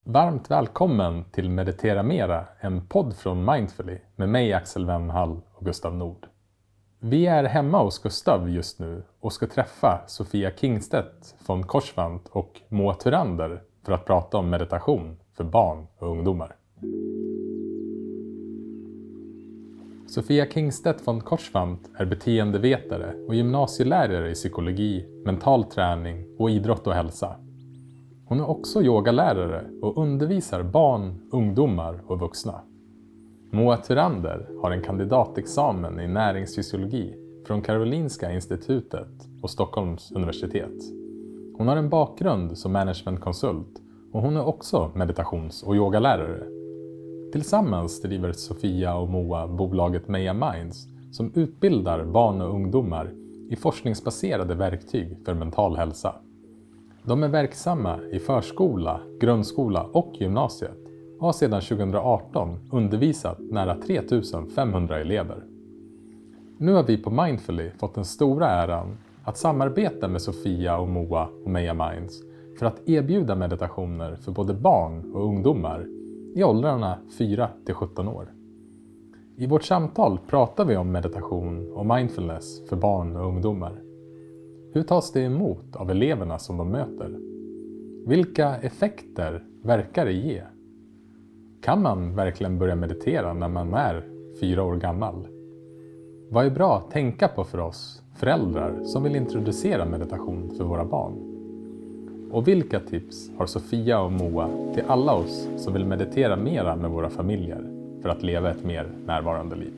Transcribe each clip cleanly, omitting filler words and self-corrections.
Varmt välkommen till Meditera Mera, en podd från Mindfully med mig Axel Wennhall och Gustav Nord. Vi är hemma hos Gustav just nu och ska träffa Sofia Kingstedt från Korsvant och Moa Thurander för att prata om meditation för barn och ungdomar. Sofia Kingstedt från Korsvant är beteendevetare och gymnasielärare i psykologi, mental träning och idrott och hälsa. Hon är också yogalärare och undervisar barn, ungdomar och vuxna. Moa Thurander har en kandidatexamen i näringsfysiologi från Karolinska institutet och Stockholms universitet. Hon har en bakgrund som managementkonsult och hon är också meditations- och yogalärare. Tillsammans driver Sofia och Moa bolaget Meja Minds som utbildar barn och ungdomar i forskningsbaserade verktyg för mental hälsa. De är verksamma i förskola, grundskola och gymnasiet och har sedan 2018 undervisat nära 3500 elever. Nu har vi på Mindfully fått den stora äran att samarbeta med Sofia och Moa och Meja Minds för att erbjuda meditationer för både barn och ungdomar i åldrarna 4-17 år. I vårt samtal pratar vi om meditation och mindfulness för barn och ungdomar. Hur tas det emot av eleverna som de möter? Vilka effekter verkar det ge? Kan man verkligen börja meditera när man är 4 år gammal? Vad är bra att tänka på för oss föräldrar som vill introducera meditation för våra barn? Och vilka tips har Sofia och Moa till alla oss som vill meditera mera med våra familjer för att leva ett mer närvarande liv?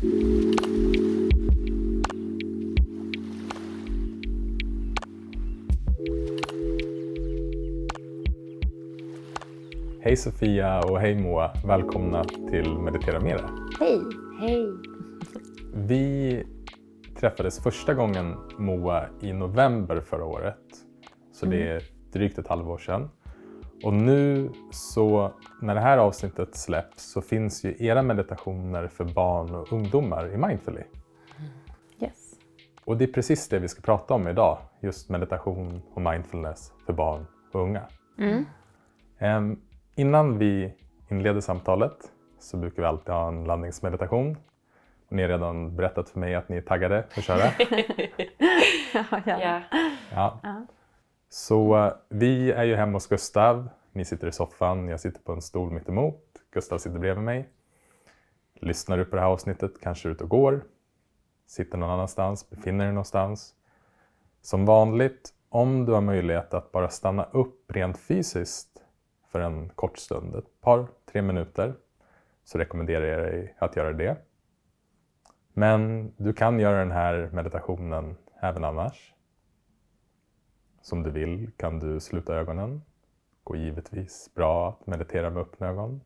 Hej Sofia och hej Moa, välkomna till Meditera Mera. Hej! Hej! Vi träffades första gången Moa i november förra året, så det är drygt ett halvår sedan. Och nu så, när det här avsnittet släpps så finns ju era meditationer för barn och ungdomar i Mindfully. Yes. Och det är precis det vi ska prata om idag, just meditation och mindfulness för barn och unga. Innan vi inleder samtalet så brukar vi alltid ha en landningsmeditation. Och ni har redan berättat för mig att ni är taggade att köra. Ja. Så vi är ju hemma hos Gustav. Ni sitter i soffan, jag sitter på en stol mitt emot. Gustav sitter bredvid mig. Lyssnar du på det här avsnittet, kanske ut och går. Sitter någon annanstans, befinner dig någonstans. Som vanligt, om du har möjlighet att bara stanna upp rent fysiskt för en kort stund, ett par, 3 minuter, så rekommenderar jag dig att göra det. Men du kan göra den här meditationen även annars. Som du vill kan du sluta ögonen. Går givetvis bra att meditera med öppna ögon.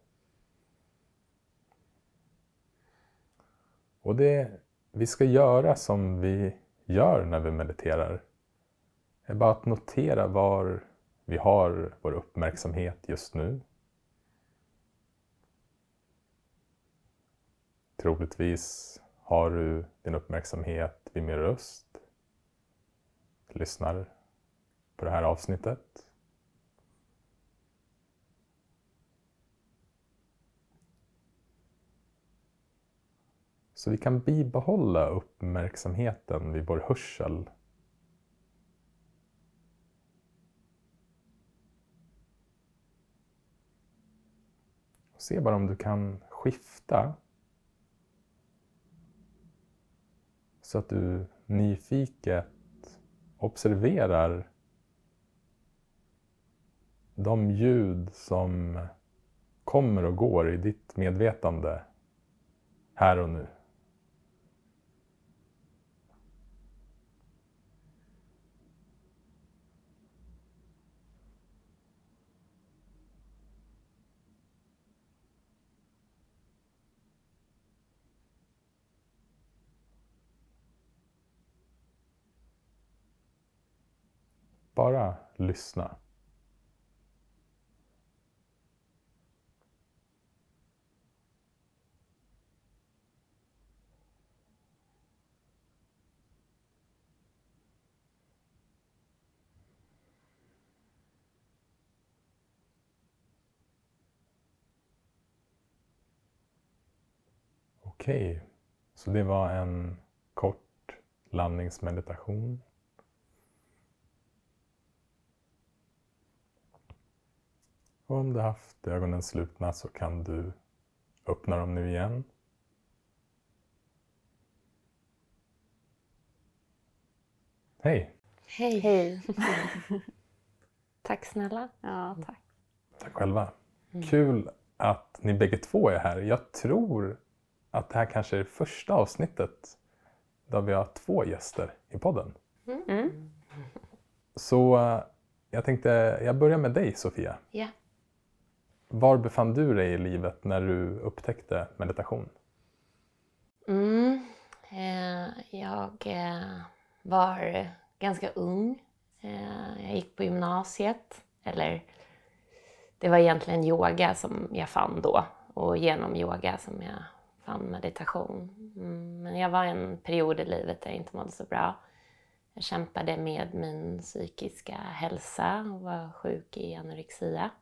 Och det vi ska göra som vi gör när vi mediterar är bara att notera var vi har vår uppmärksamhet just nu. Troligtvis har du din uppmärksamhet vid min röst. Lyssnar på det här avsnittet. Så vi kan bibehålla uppmärksamheten vid vår hörsel. Se bara om du kan skifta så att du nyfiket observerar de ljud som kommer och går i ditt medvetande här och nu. Bara lyssna. Okej, så det var en kort landningsmeditation. Och om du haft ögonen slutna så kan du öppna dem nu igen. Hej! Hej. Hej. Tack snälla. Ja, tack. Tack själva. Kul att ni bägge två är här. Jag tror att det här kanske är första avsnittet där vi har 2 gäster i podden. Så jag tänkte, jag börjar med dig Sofia. Ja. Var befann du dig i livet när du upptäckte meditation? Jag var ganska ung. Jag gick på gymnasiet. Eller det var egentligen yoga som jag fann då. Och genom yoga som jag fann meditation. Men jag var i en period i livet där jag inte mådde så bra. Jag kämpade med min psykiska hälsa och var sjuk i anorexia.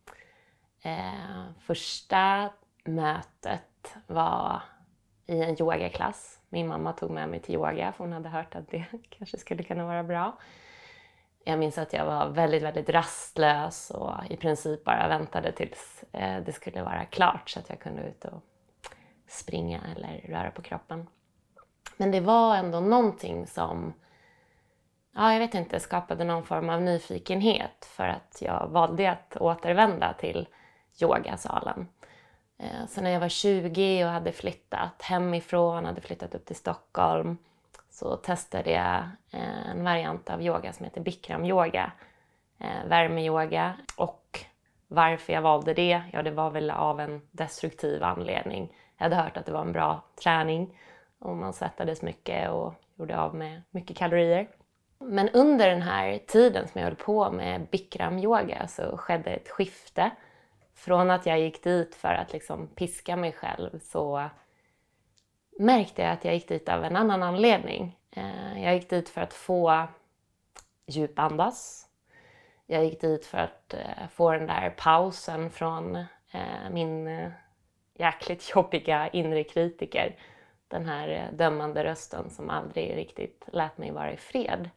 Första mötet var i en yogaklass. Min mamma tog med mig till yoga för hon hade hört att det kanske skulle kunna vara bra. Jag minns att jag var väldigt, väldigt rastlös och i princip bara väntade tills det skulle vara klart så att jag kunde ut och springa eller röra på kroppen. Men det var ändå någonting som, jag vet inte, skapade någon form av nyfikenhet för att jag valde att återvända till yogasalen. Så när jag var 20 och hade flyttat hemifrån, hade flyttat upp till Stockholm, så testade jag en variant av yoga som heter Bikram yoga, värmeyoga. Och varför jag valde det, det var väl av en destruktiv anledning. Jag hade hört att det var en bra träning och man svettades mycket och gjorde av med mycket kalorier. Men under den här tiden som jag höll på med Bikram yoga så skedde ett skifte. Från att jag gick dit för att liksom piska mig själv så märkte jag att jag gick dit av en annan anledning. Jag gick dit för att få djupandas. Jag gick dit för att få den där pausen från min jäkligt jobbiga inre kritiker. Den här dömande rösten som aldrig riktigt lät mig vara i fred.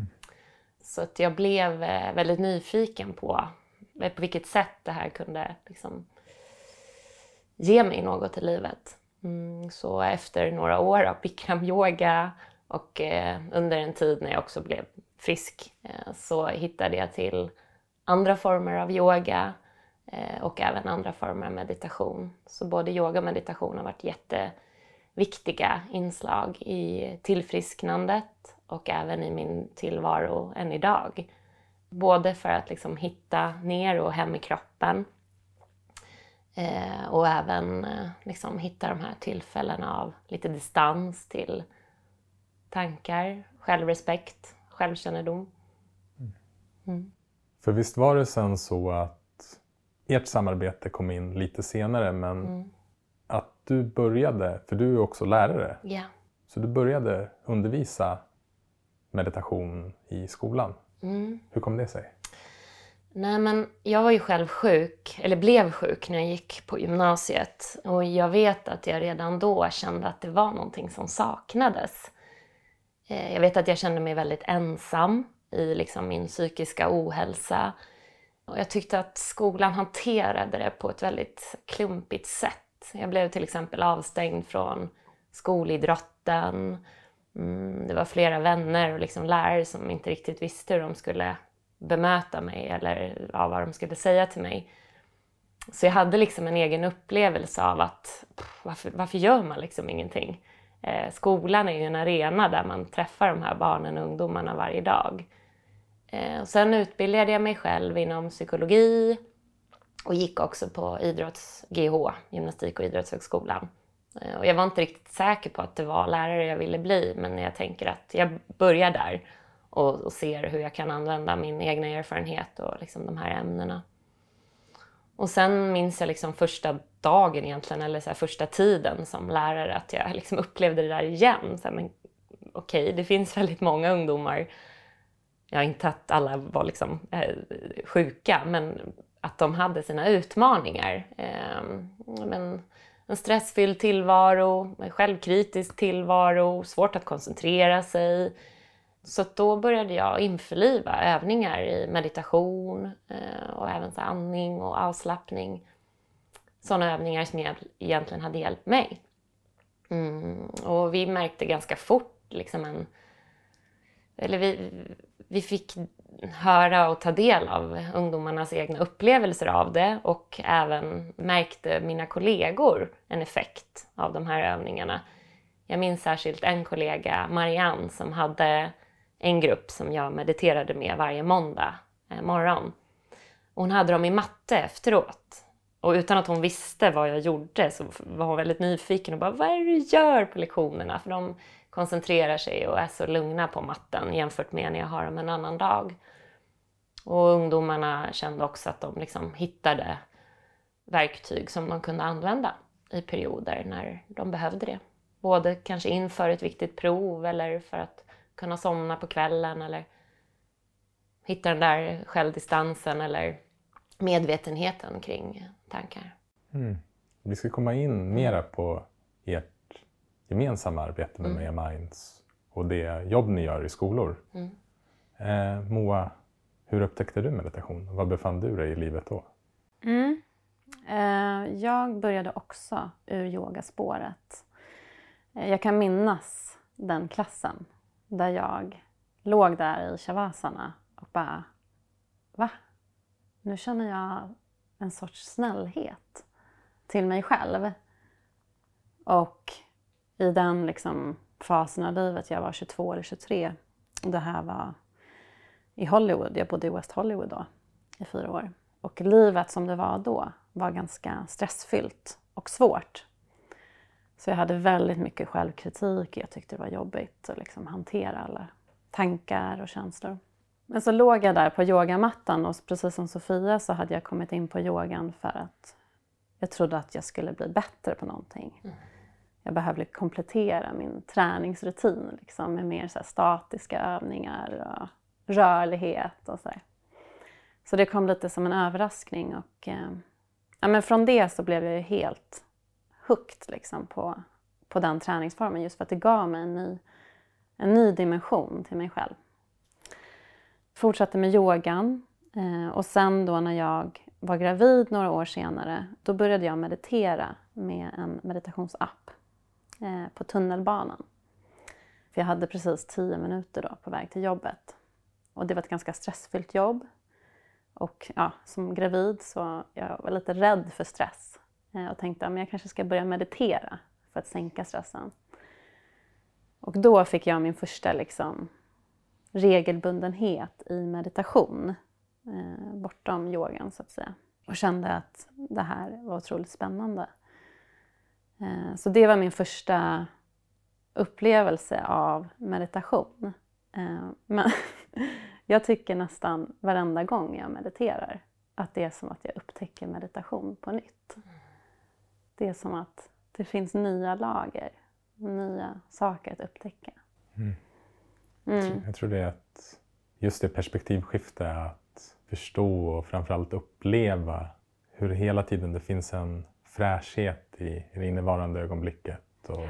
Så att jag blev väldigt nyfiken på vilket sätt det här kunde liksom ge mig något i livet. Så efter några år av Bikram yoga och under en tid när jag också blev frisk så hittade jag till andra former av yoga och även andra former av meditation. Så både yoga och meditation har varit jätteviktiga inslag i tillfrisknandet och även i min tillvaro än idag. Både för att liksom hitta ner och hem i kroppen och även liksom hitta de här tillfällena av lite distans till tankar, självrespekt, självkännedom. För visst var det sen så att ert samarbete kom in lite senare, men att du började, för du är också lärare, Ja. så du började undervisa meditation i skolan. Hur kom det sig? Nej, men jag var ju själv sjuk, eller blev sjuk när jag gick på gymnasiet. Och jag vet att jag redan då kände att det var någonting som saknades. Jag vet att jag kände mig väldigt ensam i liksom min psykiska ohälsa. Och jag tyckte att skolan hanterade det på ett väldigt klumpigt sätt. Jag blev till exempel avstängd från skolidrotten. Det var flera vänner och liksom lärare som inte riktigt visste hur de skulle bemöta mig eller vad de skulle säga till mig. Så jag hade liksom en egen upplevelse av att varför gör man liksom ingenting? Skolan är ju en arena där man träffar de här barnen och ungdomarna varje dag. Och sen utbildade jag mig själv inom psykologi och gick också på idrotts-GH, gymnastik- och idrottshögskolan. Och jag var inte riktigt säker på att det var lärare jag ville bli, men jag tänker att jag börjar där och ser hur jag kan använda min egna erfarenhet och liksom de här ämnena. Och sen minns jag liksom första dagen egentligen, eller så här första tiden som lärare, att jag liksom upplevde det där igen. Så här, men okej, det finns väldigt många ungdomar. Jag har inte att alla var liksom sjuka, men att de hade sina utmaningar. Men en stressfylld tillvaro, en självkritisk tillvaro, svårt att koncentrera sig. Så då började jag införliva övningar i meditation och även så andning och avslappning. Sådana övningar som egentligen hade hjälpt mig. Och vi märkte ganska fort liksom vi fick höra och ta del av ungdomarnas egna upplevelser av det, och även märkte mina kollegor en effekt av de här övningarna. Jag minns särskilt en kollega, Marianne, som hade en grupp som jag mediterade med varje måndag morgon. Hon hade dem i matte efteråt. Och utan att hon visste vad jag gjorde så var hon väldigt nyfiken och bara, vad är det du gör på lektionerna? För de koncentrerar sig och är så lugna på matten jämfört med när jag har dem en annan dag. Och ungdomarna kände också att de liksom hittade verktyg som de kunde använda i perioder när de behövde det. Både kanske inför ett viktigt prov eller för att kunna somna på kvällen eller hitta den där självdistansen eller medvetenheten kring tankar. Vi ska komma in mera på ert gemensamma arbete med Maya Minds och det jobb ni gör i skolor. Moa, hur upptäckte du meditation? Var befann du dig i livet då? Jag började också ur yogaspåret. Jag kan minnas den klassen där jag låg där i shavasana och bara, va? Nu känner jag en sorts snällhet till mig själv. Och i den liksom fasen av livet, jag var 22 eller 23. Det här var i Hollywood, jag bodde i West Hollywood då i 4 år. Och livet som det var då var ganska stressfyllt och svårt. Så jag hade väldigt mycket självkritik. Jag tyckte det var jobbigt att liksom hantera alla tankar och känslor. Men så låg jag där på yogamattan och precis som Sofia så hade jag kommit in på yogan för att jag trodde att jag skulle bli bättre på någonting. Jag behövde komplettera min träningsrutin liksom, med mer så här statiska övningar och rörlighet och så här. Så det kom lite som en överraskning och men från det så blev jag ju helt hooked liksom, på den träningsformen just för att det gav mig en ny dimension till mig själv. Fortsatte med yogan och sen då när jag var gravid några år senare då började jag meditera med en meditationsapp på tunnelbanan. För jag hade precis 10 minuter då på väg till jobbet. Och det var ett ganska stressfyllt jobb. Och ja, som gravid så jag var lite rädd för stress. Och tänkte att jag kanske ska börja meditera för att sänka stressen. Och då fick jag min första liksom, regelbundenhet i meditation. Bortom yogan så att säga. Och kände att det här var otroligt spännande. Så det var min första upplevelse av meditation. Men jag tycker nästan varenda gång jag mediterar att det är som att jag upptäcker meditation på nytt. Det är som att det finns nya lager, nya saker att upptäcka. Jag tror det är att just det perspektivskifte att förstå och framförallt uppleva hur hela tiden det finns en fräschhet i det innevarande ögonblicket och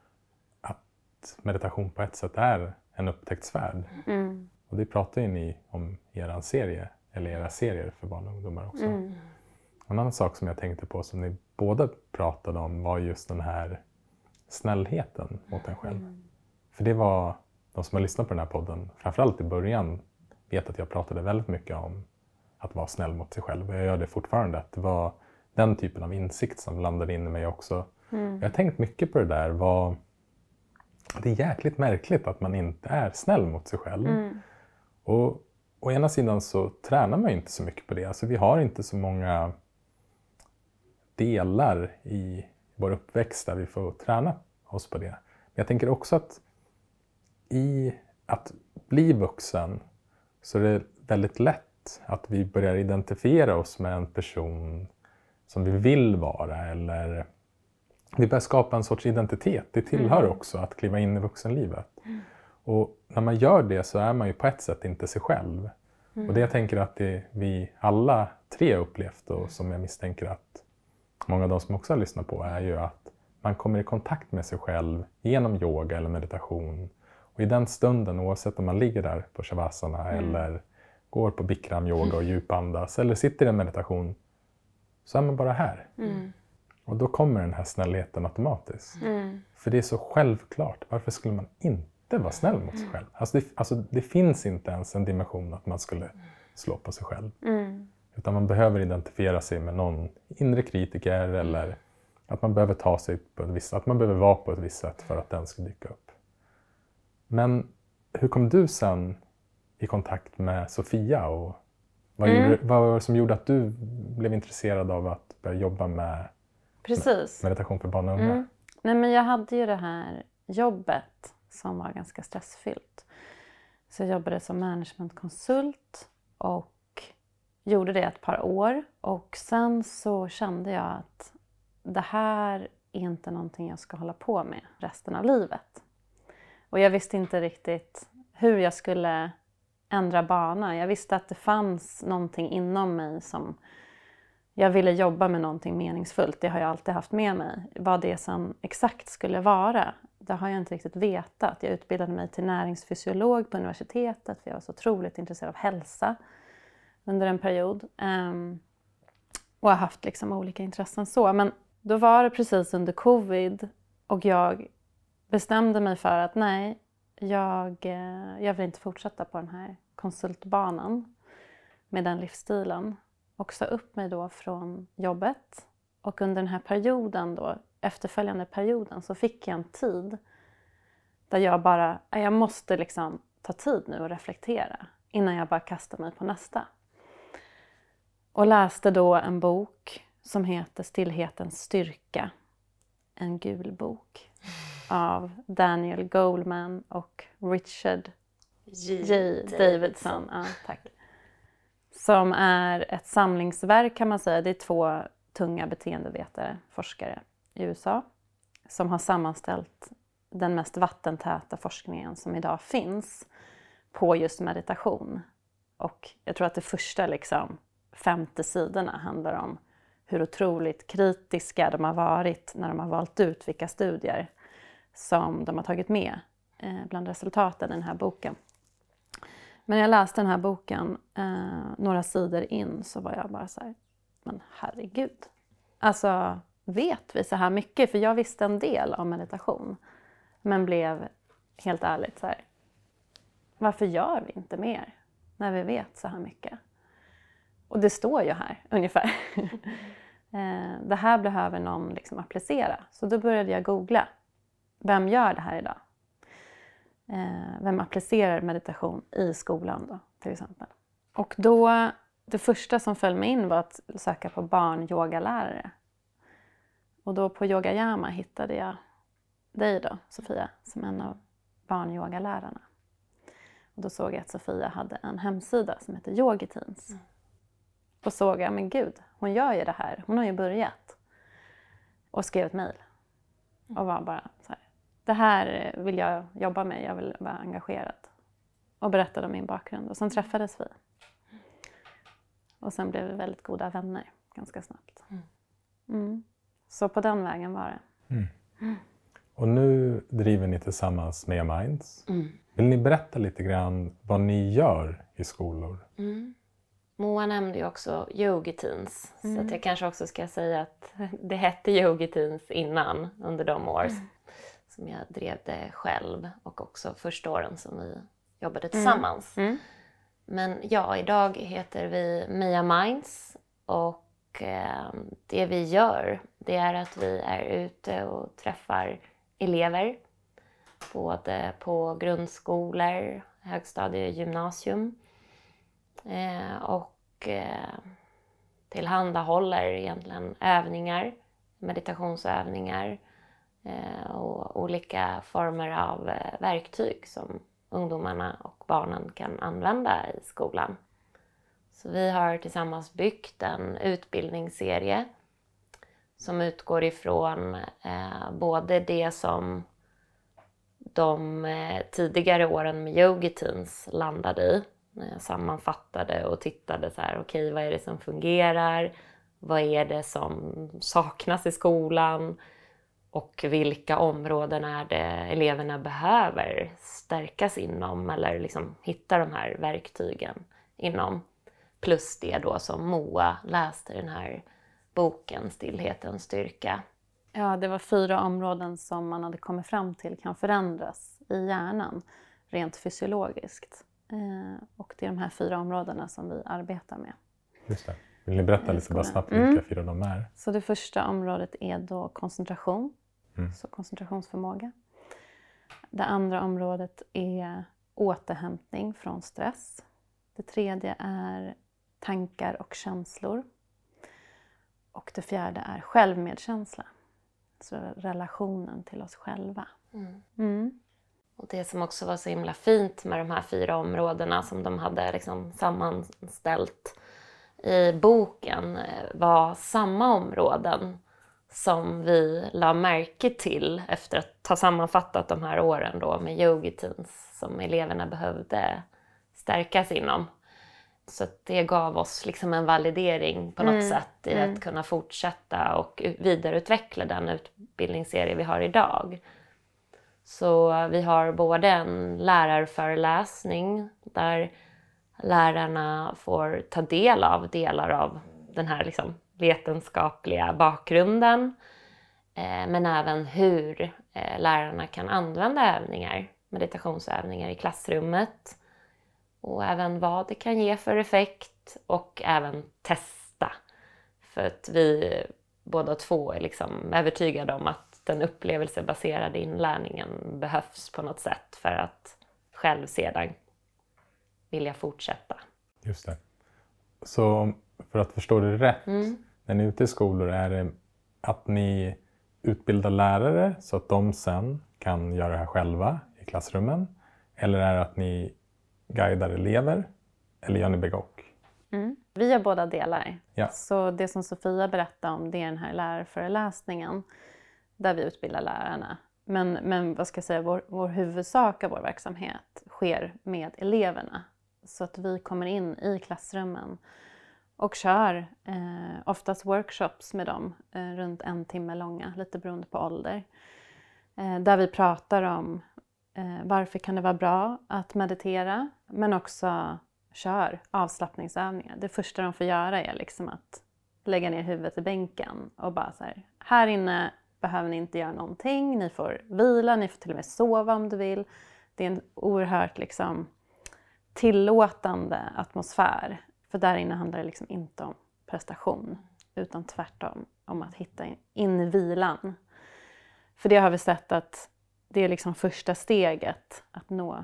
att meditation på ett sätt är en upptäcktsfärd. Och det pratar ju ni om i era serier för barn och ungdomar också. En annan sak som jag tänkte på som ni båda pratade om var just den här snällheten mot en själv. För det var, de som har lyssnat på den här podden, framförallt i början, vet att jag pratade väldigt mycket om att vara snäll mot sig själv. Och jag gör det fortfarande, att det var den typen av insikt som landade in i mig också. Jag har tänkt mycket på det där, det är jäkligt märkligt att man inte är snäll mot sig själv. Och å ena sidan så tränar man ju inte så mycket på det. Alltså vi har inte så många delar i vår uppväxt där vi får träna oss på det. Men jag tänker också att i att bli vuxen så är det väldigt lätt att vi börjar identifiera oss med en person som vi vill vara. Eller vi börjar skapa en sorts identitet. Det tillhör också att kliva in i vuxenlivet. Och när man gör det så är man ju på ett sätt inte sig själv. Och det jag tänker att det vi alla 3 upplevt och som jag misstänker att många av de som också har lyssnat på är ju att man kommer i kontakt med sig själv genom yoga eller meditation. Och i den stunden, oavsett om man ligger där på shavasana eller går på bikram yoga och djupandas eller sitter i en meditation, så är man bara här. Och då kommer den här snällheten automatiskt. För det är så självklart. Varför skulle man inte vara snäll mot sig själv? Alltså det finns inte ens en dimension att man skulle slå på sig själv. Utan man behöver identifiera sig med någon inre kritiker eller att man behöver ta sig på ett visst, att man behöver vara på ett visst sätt för att den ska dyka upp. Men hur kom du sen i kontakt med Sofia och vad var det som gjorde att du blev intresserad av att börja jobba med meditation för barn och unga? Nej, men jag hade ju det här jobbet som var ganska stressfyllt. Så jag jobbade som managementkonsult och gjorde det ett par år. Och sen så kände jag att det här är inte någonting jag ska hålla på med resten av livet. Och jag visste inte riktigt hur jag skulle ändra bana. Jag visste att det fanns någonting inom mig som jag ville jobba med, någonting meningsfullt. Det har jag alltid haft med mig. Vad det som exakt skulle vara, det har jag inte riktigt vetat. Jag utbildade mig till näringsfysiolog på universitetet för jag var så otroligt intresserad av hälsa under en period. Och har haft liksom olika intressen så. Men då var det precis under covid och jag bestämde mig för att nej, jag vill inte fortsätta på den här konsultbanan med den livsstilen. Och sa upp mig då från jobbet. Och under den här perioden då, efterföljande perioden, så fick jag en tid där jag måste liksom ta tid nu och reflektera innan jag bara kastar mig på nästa. Och läste då en bok som heter Stillhetens styrka. En gul bok av Daniel Goleman och Richard J. Davidson. Ja, tack. Som är ett samlingsverk kan man säga. Det är 2 tunga beteendevetare, forskare i USA. Som har sammanställt den mest vattentäta forskningen som idag finns på just meditation. Och jag tror att det första 50 sidorna handlar om hur otroligt kritiska de har varit när de har valt ut vilka studier som de har tagit med bland resultaten i den här boken. Men jag läste den här boken några sidor in så var jag bara så här, men herregud. Alltså, vet vi så här mycket? För jag visste en del om meditation. Men blev helt ärligt så här, varför gör vi inte mer när vi vet så här mycket? Och det står ju här ungefär. Det här behöver någon applicera. Så då började jag googla. Vem gör det här idag? Vem applicerar meditation i skolan då, till exempel? Och då, det första som föll mig in var att söka på barn-yogalärare. Och då på Yogayama hittade jag dig då, Sofia, som en av barn-yogalärarna. Och då såg jag att Sofia hade en hemsida som heter Yogiteens. Och såg jag, men gud, hon gör ju det här. Hon har ju börjat. Och skrev ett mejl. Och var bara så här, det här vill jag jobba med, jag vill vara engagerad. Och berättade om min bakgrund. Och sen träffades vi. Och sen blev vi väldigt goda vänner ganska snabbt. Så på den vägen var det. Och nu driver ni tillsammans Mea Minds. Vill ni berätta lite grann vad ni gör i skolor? Moa nämnde ju också Yogiteens. Så att jag kanske också ska säga att det hette Yogiteens innan, under de år som jag drev det själv. Och också första åren som vi jobbade tillsammans. Men ja, idag heter vi Mea Minds. Och det vi gör, det är att vi är ute och träffar elever. Både på grundskolor, högstadie och gymnasium. Och tillhandahåller egentligen övningar, meditationsövningar och olika former av verktyg som ungdomarna och barnen kan använda i skolan. Så vi har tillsammans byggt en utbildningsserie som utgår ifrån både det som de tidigare åren med Yogiteens landade i. När jag sammanfattade och tittade så här, okej, vad är det som fungerar? vad är det som saknas i skolan och vilka områden är det eleverna behöver stärkas inom eller liksom hitta de här verktygen inom. Plus det då som Moa läste i den här boken Stillhetens styrka. Ja, det var 4 områden som man hade kommit fram till kan förändras i hjärnan rent fysiologiskt. Och det är de här 4 områdena som vi arbetar med. Just det. Vill ni berätta lite bara snabbt vilka 4 de är? Så det första området är då koncentration, så koncentrationsförmåga. Det andra området är återhämtning från stress. Det tredje är tankar och känslor. Och det fjärde är självmedkänsla. Så relationen till oss själva. Och det som också var så himla fint med de här 4 områdena som de hade liksom sammanställt i boken var samma områden som vi la märke till efter att ha sammanfattat de här åren då med Yogi Teens som eleverna behövde stärkas inom. Så att det gav oss liksom en validering på något sätt i att kunna fortsätta och vidareutveckla den utbildningsserie vi har idag. Så vi har både en lärarföreläsning där lärarna får ta del av delar av den här liksom vetenskapliga bakgrunden. Men även hur lärarna kan använda övningar, meditationsövningar i klassrummet. Och även vad det kan ge för effekt och även testa. För att vi båda två är liksom övertygade om att den upplevelsebaserade inlärningen behövs på något sätt för att själv sedan vilja fortsätta. Just det. Så för att förstå det rätt, när ni är ute i skolor, är det att ni utbildar lärare så att de sen kan göra det här själva i klassrummen? Eller är det att ni guidar elever? Eller gör ni bägge och? Vi gör båda delar. Ja. Så det som Sofia berättade om, det är den här lärarföreläsningen där vi utbildar lärarna. Men vad ska jag säga, vår huvudsak av vår verksamhet sker med eleverna. Så att vi kommer in i klassrummen och kör oftast workshops med dem runt 1 timme långa, lite beroende på ålder. Där vi pratar om varför kan det vara bra att meditera, men också kör avslappningsövningar. Det första de får göra är liksom att lägga ner huvudet i bänken och bara så här inne behöver ni inte göra någonting, ni får vila, ni får till och med sova om du vill. Det är en oerhört liksom tillåtande atmosfär. För där inne handlar det liksom inte om prestation, utan tvärtom om att hitta in i vilan. För det har vi sett att det är liksom första steget att nå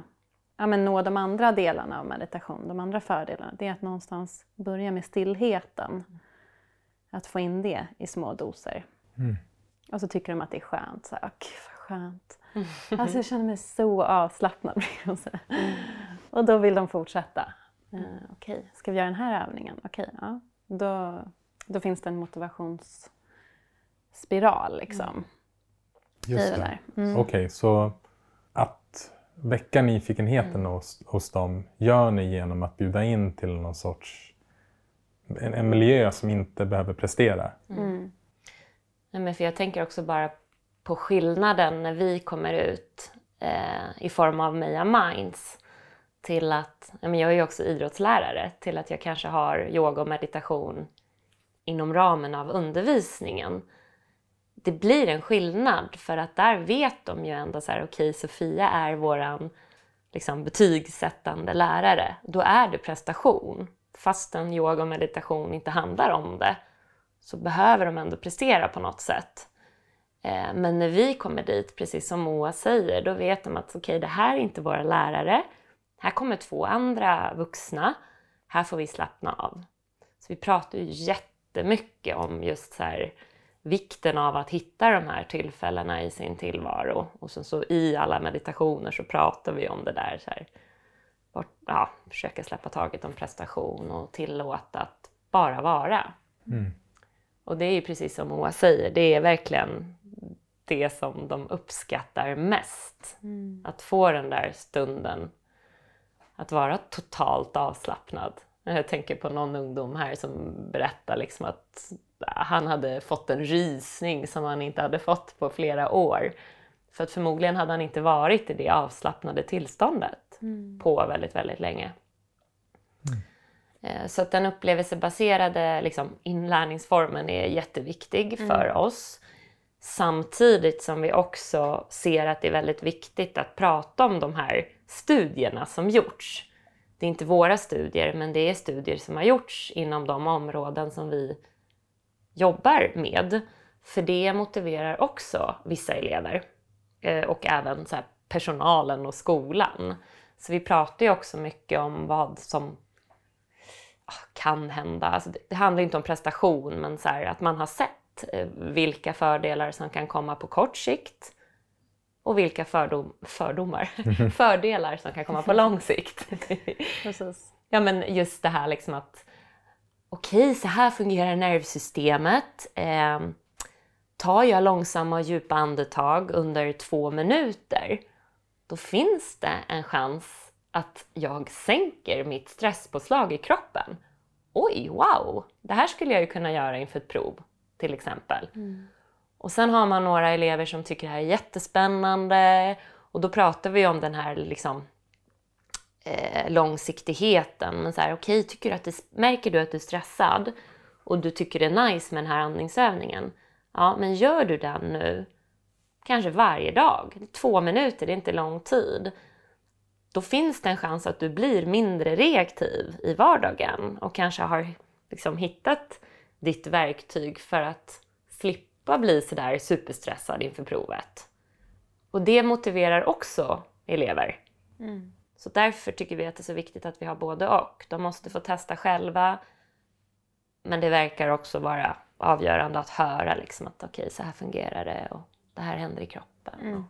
de andra delarna av meditation, de andra fördelarna. Det är att någonstans börja med stillheten. Att få in det i små doser. Och så tycker de att det är skönt. Så här, gud vad skönt. Alltså jag känner mig så avslappnad. Och då vill de fortsätta. Okej, ska vi göra den här övningen? Okej, ja. Då finns det en motivationsspiral liksom. Just det. Okej, så att väcka nyfikenheten hos dem gör ni genom att bjuda in till någon sorts en miljö som inte behöver prestera. Nej, men för jag tänker också bara på skillnaden när vi kommer ut i form av Maya Minds till att, jag är ju också idrottslärare, till att jag kanske har yoga och meditation inom ramen av undervisningen. Det blir en skillnad för att där vet de ju ändå så här, okej, Sofia är våran liksom betygsättande lärare. Då är det prestation. Fastän yoga och meditation inte handlar om det så behöver de ändå prestera på något sätt. Men när vi kommer dit, precis som Moa säger, då vet de att okej, det här är inte våra lärare. Här kommer 2 andra vuxna. Här får vi slappna av. Så vi pratar ju jättemycket om just så här, vikten av att hitta de här tillfällena i sin tillvaro. Och så i alla meditationer så pratar vi om det där. Så här, försöka släppa taget om prestation och tillåta att bara vara. Och det är ju precis som Moa säger, det är verkligen det som de uppskattar mest. Att få den där stunden att vara totalt avslappnad. Jag tänker på någon ungdom här som berättar liksom att han hade fått en rysning som han inte hade fått på flera år. För att förmodligen hade han inte varit i det avslappnade tillståndet på väldigt, väldigt länge. Så att den upplevelsebaserade liksom, inlärningsformen är jätteviktig för oss. Samtidigt som vi också ser att det är väldigt viktigt att prata om de här studierna som gjorts. Det är inte våra studier, men det är studier som har gjorts inom de områden som vi jobbar med. För det motiverar också vissa elever och även så här, personalen och skolan. Så vi pratar ju också mycket om vad som kan hända. Alltså det handlar inte om prestation, men så här, att man har sett vilka fördelar som kan komma på kort sikt och vilka fördelar som kan komma på lång sikt. Precis. Ja, men just det här liksom att okej, så här fungerar nervsystemet. Tar jag långsamma och djupa andetag under 2 minuter, då finns det en chans att jag sänker mitt stresspåslag i kroppen. Oj, wow! Det här skulle jag ju kunna göra inför ett prov, till exempel. Och sen har man några elever som tycker det här är jättespännande. Och då pratar vi om den här liksom, långsiktigheten. Men så här, okej, märker du att du är stressad och du tycker det är nice med den här andningsövningen? Ja, men gör du den nu, kanske varje dag, 2 minuter, det är inte lång tid. Då finns det en chans att du blir mindre reaktiv i vardagen och kanske har liksom hittat ditt verktyg för att slippa bli sådär superstressad inför provet. Och det motiverar också elever. Så därför tycker vi att det är så viktigt att vi har både och. De måste få testa själva, men det verkar också vara avgörande att höra liksom att okej, så här fungerar det och det här händer i kroppen.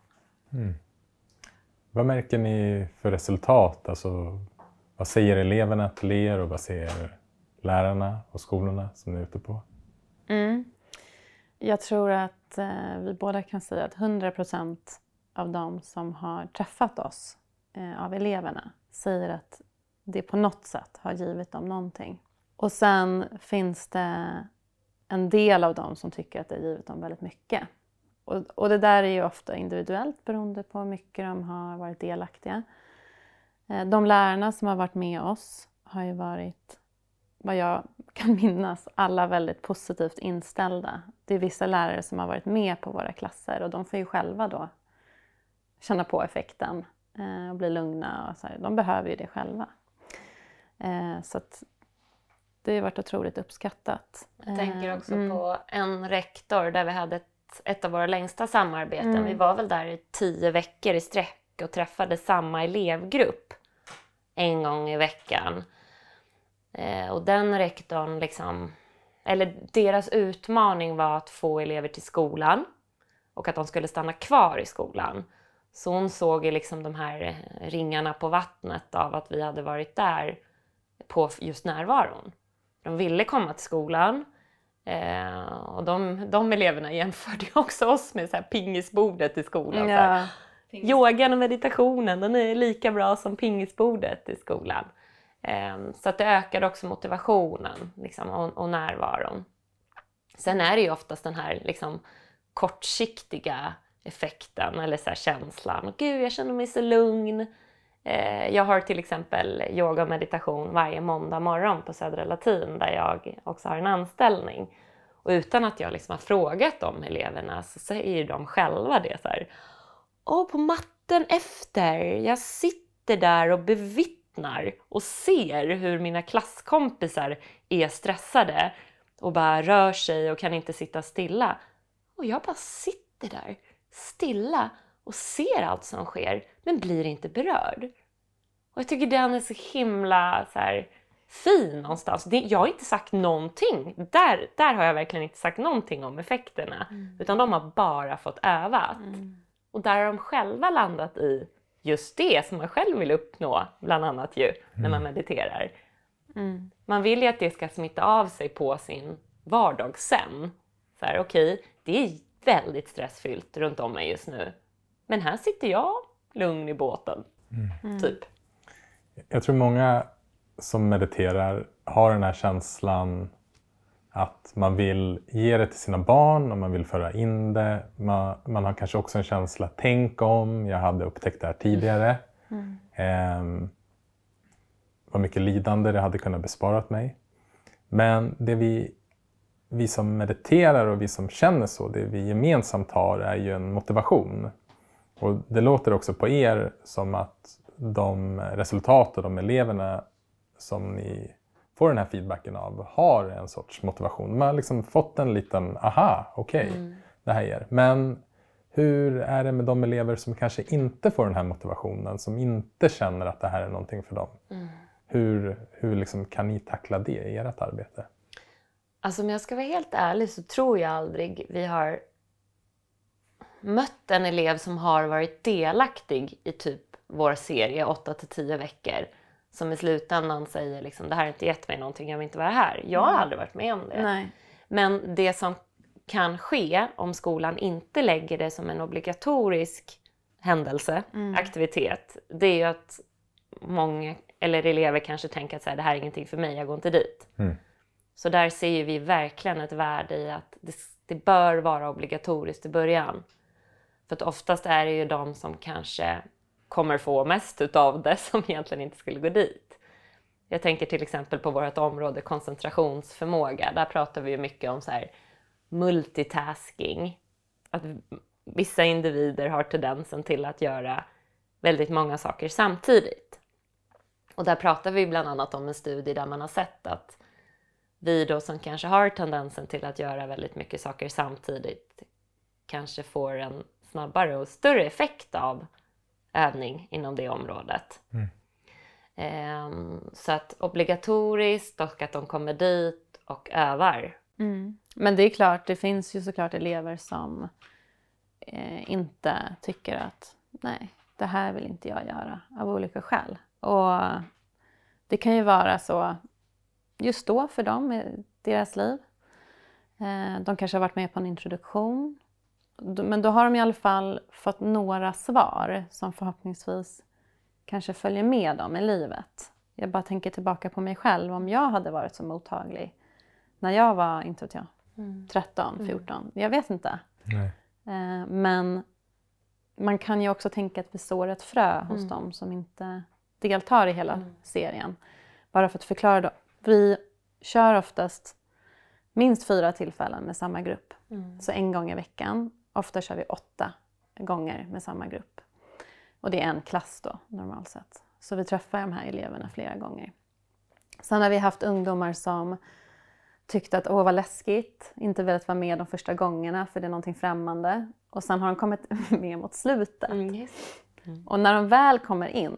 Vad märker ni för resultat? Alltså, vad säger eleverna till er och vad säger lärarna och skolorna som ni är ute på? Jag tror att vi båda kan säga att 100% av de som har träffat oss, av eleverna, säger att det på något sätt har givit dem någonting. Och sen finns det en del av dem som tycker att det har givit dem väldigt mycket. Och det där är ju ofta individuellt beroende på hur mycket de har varit delaktiga. De lärarna som har varit med oss har ju varit, vad jag kan minnas, alla väldigt positivt inställda. Det är vissa lärare som har varit med på våra klasser och de får ju själva då känna på effekten och bli lugna. Och så här. De behöver ju det själva. Så att det har varit otroligt uppskattat. Jag tänker också på en rektor där vi hade ett av våra längsta samarbeten. Vi var väl där i 10 veckor i sträck och träffade samma elevgrupp en gång i veckan. Och den rektorn liksom, eller deras utmaning var att få elever till skolan och att de skulle stanna kvar i skolan. Så hon såg liksom de här ringarna på vattnet av att vi hade varit där på just närvaron. De ville komma till skolan. Och de eleverna jämförde också oss med så här pingisbordet i skolan. Ja. Yogan och meditationen, den är lika bra som pingisbordet i skolan. Så att det ökade också motivationen liksom, och närvaron. Sen är det ju oftast den här liksom, kortsiktiga effekten eller så här, känslan. Gud, jag känner mig så lugn. Jag har till exempel yoga och meditation varje måndag morgon på Södra Latin där jag också har en anställning. Och utan att jag liksom har frågat de eleverna så säger de själva det så här. På matten efter, jag sitter där och bevittnar och ser hur mina klasskompisar är stressade och bara rör sig och kan inte sitta stilla. Och jag bara sitter där stilla och ser allt som sker men blir inte berörd. Och jag tycker den är så himla så här, fin någonstans. Jag har inte sagt någonting. Där har jag verkligen inte sagt någonting om effekterna. Utan de har bara fått övat. Och där har de själva landat i just det som man själv vill uppnå. Bland annat ju när man mediterar. Man vill ju att det ska smitta av sig på sin vardag sen. Så här, okej, det är väldigt stressfyllt runt om mig just nu. Men här sitter jag lugn i båten. Typ. Jag tror många som mediterar har den här känslan att man vill ge det till sina barn och man vill föra in det. Man har kanske också en känsla, tänk om jag hade upptäckt det här tidigare. Vad mycket lidande det hade kunnat besparat mig. Men det vi som mediterar och vi som känner så, det vi gemensamt har är ju en motivation. Och det låter också på er som att de resultat och de eleverna som ni får den här feedbacken av har en sorts motivation. Man har liksom fått en liten, okej, det här ger. Men hur är det med de elever som kanske inte får den här motivationen, som inte känner att det här är någonting för dem? Hur liksom kan ni tackla det i ert arbete? Alltså om jag ska vara helt ärlig så tror jag aldrig vi har mött en elev som har varit delaktig i typ vår serie 8-10 veckor. Som i slutändan säger liksom, det här har inte gett mig någonting, jag vill inte vara här. Jag har aldrig varit med om det. Nej. Men det som kan ske om skolan inte lägger det som en obligatorisk händelse, aktivitet, det är ju att många eller elever kanske tänker att så här, det här är ingenting för mig, jag går inte dit. Så där ser vi verkligen ett värde i att det bör vara obligatoriskt i början. För att oftast är det ju de som kanske kommer få mest utav det som egentligen inte skulle gå dit. Jag tänker till exempel på vårt område koncentrationsförmåga. Där pratar vi ju mycket om så här multitasking. Att vissa individer har tendensen till att göra väldigt många saker samtidigt. Och där pratar vi bland annat om en studie där man har sett att vi då som kanske har tendensen till att göra väldigt mycket saker samtidigt kanske får en snabbare och större effekt av övning inom det området. Så att obligatoriskt och att de kommer dit och övar. Men det är klart, det finns ju såklart elever som inte tycker att nej, det här vill inte jag göra av olika skäl. Och det kan ju vara så just då för dem i deras liv. De kanske har varit med på en introduktion. Men då har de i alla fall fått några svar som förhoppningsvis kanske följer med dem i livet. Jag bara tänker tillbaka på mig själv. Om jag hade varit så mottaglig när jag var, inte vet jag, 13, 14. Jag vet inte. Nej. Men man kan ju också tänka att vi sår ett frö hos dem som inte deltar i hela serien. Bara för att förklara då. Vi kör oftast minst 4 tillfällen med samma grupp. Så en gång i veckan. Ofta kör vi 8 gånger med samma grupp. Och det är en klass då, normalt sett. Så vi träffar de här eleverna flera gånger. Sen har vi haft ungdomar som tyckte att vad läskigt. Inte velat vara med de första gångerna för det är någonting främmande. Och sen har de kommit med mot slutet. Och när de väl kommer in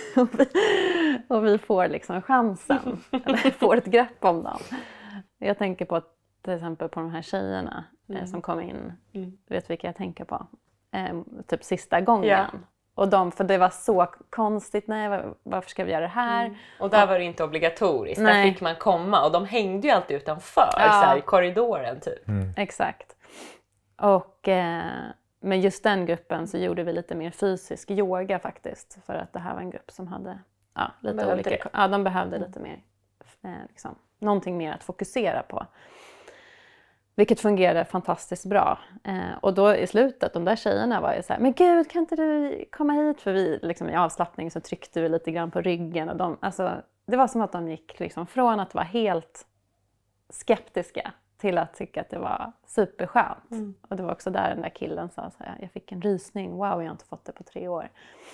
och vi får liksom chansen. Eller får ett grepp om dem. Jag tänker på till exempel på de här tjejerna som kom in. Vet vilka jag tänker på? Typ sista gången. Ja. Och för det var så konstigt. Nej, varför ska vi göra det här? Och där var det inte obligatoriskt. Nej. Där fick man komma. Och de hängde ju alltid utanför. Så här, i korridoren typ. Exakt. Och med just den gruppen så gjorde vi lite mer fysisk yoga faktiskt. För att det här var en grupp som hade lite olika. Ja, de behövde lite mer. Liksom, någonting mer att fokusera på. Vilket fungerade fantastiskt bra. Och då i slutet, de där tjejerna var ju så här, men gud, kan inte du komma hit? För vi liksom, i avslappning så tryckte vi lite grann på ryggen. Och det var som att de gick liksom från att vara helt skeptiska till att tycka att det var superskönt. Och det var också där den där killen sa så här, jag fick en rysning, wow, jag har inte fått det på 3 år.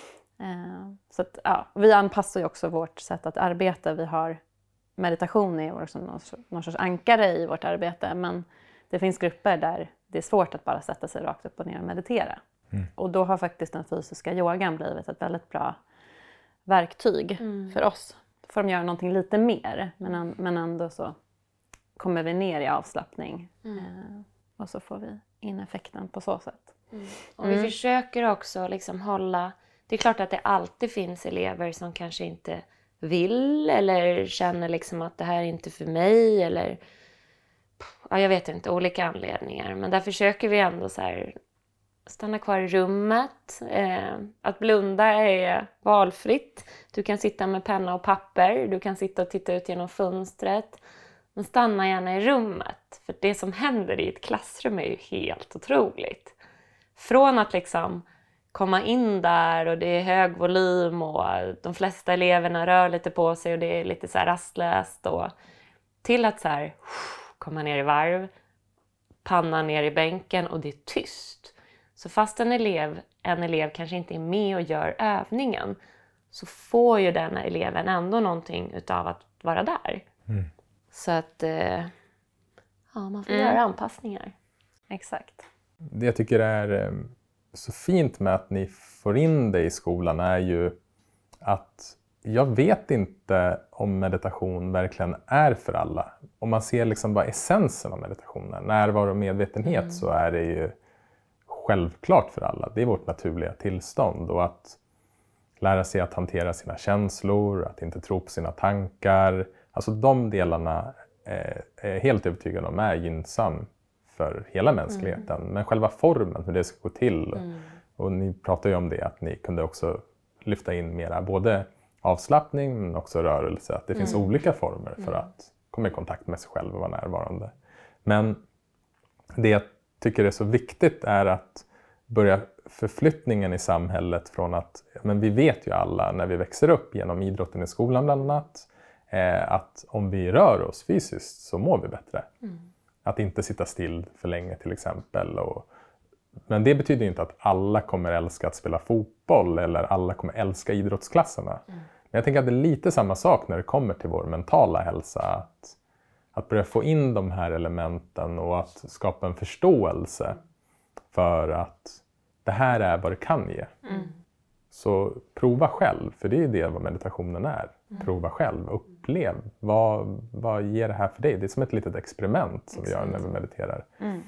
Så att, vi anpassar ju också vårt sätt att arbeta. Vi har meditation är någon sorts ankare i vårt arbete. Men det finns grupper där det är svårt att bara sätta sig rakt upp och ner och meditera. Och då har faktiskt den fysiska yogan blivit ett väldigt bra verktyg för oss. Då får de göra någonting lite mer. Men ändå så kommer vi ner i avslappning. Och så får vi in effekten på så sätt. Och vi försöker också liksom hålla... Det är klart att det alltid finns elever som kanske inte vill eller känner liksom att det här är inte för mig eller jag vet inte, olika anledningar. Men där försöker vi ändå så här stanna kvar i rummet. Att blunda är valfritt. Du kan sitta med penna och papper. Du kan sitta och titta ut genom fönstret. Men stanna gärna i rummet. För det som händer i ett klassrum är ju helt otroligt. Från att liksom komma in där och det är hög volym och de flesta eleverna rör lite på sig och det är lite så här rastlöst. Och till att så här, komma ner i varv, panna ner i bänken och det är tyst. Så fast en elev kanske inte är med och gör övningen, så får ju den eleven ändå någonting utav att vara där. Så att man får göra anpassningar. Exakt. Det jag tycker är så fint med att ni får in det i skolan är ju att jag vet inte om meditation verkligen är för alla. Om man ser liksom bara essensen av meditationen, närvaro och medvetenhet, så är det ju självklart för alla. Det är vårt naturliga tillstånd. Och att lära sig att hantera sina känslor, att inte tro på sina tankar. Alltså de delarna är helt övertygad om är gynnsam för hela mänskligheten. Men själva formen, hur det ska gå till. Och ni pratar ju om det, att ni kunde också lyfta in mera både avslappning men också rörelse. Att det finns olika former för att komma i kontakt med sig själv och vara närvarande. Men det jag tycker är så viktigt är att börja förflyttningen i samhället från att, men vi vet ju alla när vi växer upp genom idrotten i skolan bland annat, att om vi rör oss fysiskt så mår vi bättre. Att inte sitta still för länge till exempel. Men det betyder inte att alla kommer älska att spela fotboll eller alla kommer älska idrottsklasserna. Men jag tänker att det är lite samma sak när det kommer till vår mentala hälsa. Att börja få in de här elementen och att skapa en förståelse för att det här är vad det kan ge. Så prova själv, för det är det vad meditationen är. Prova själv, upplev. Vad ger det här för dig? Det är som ett litet experiment som vi gör när vi mediterar.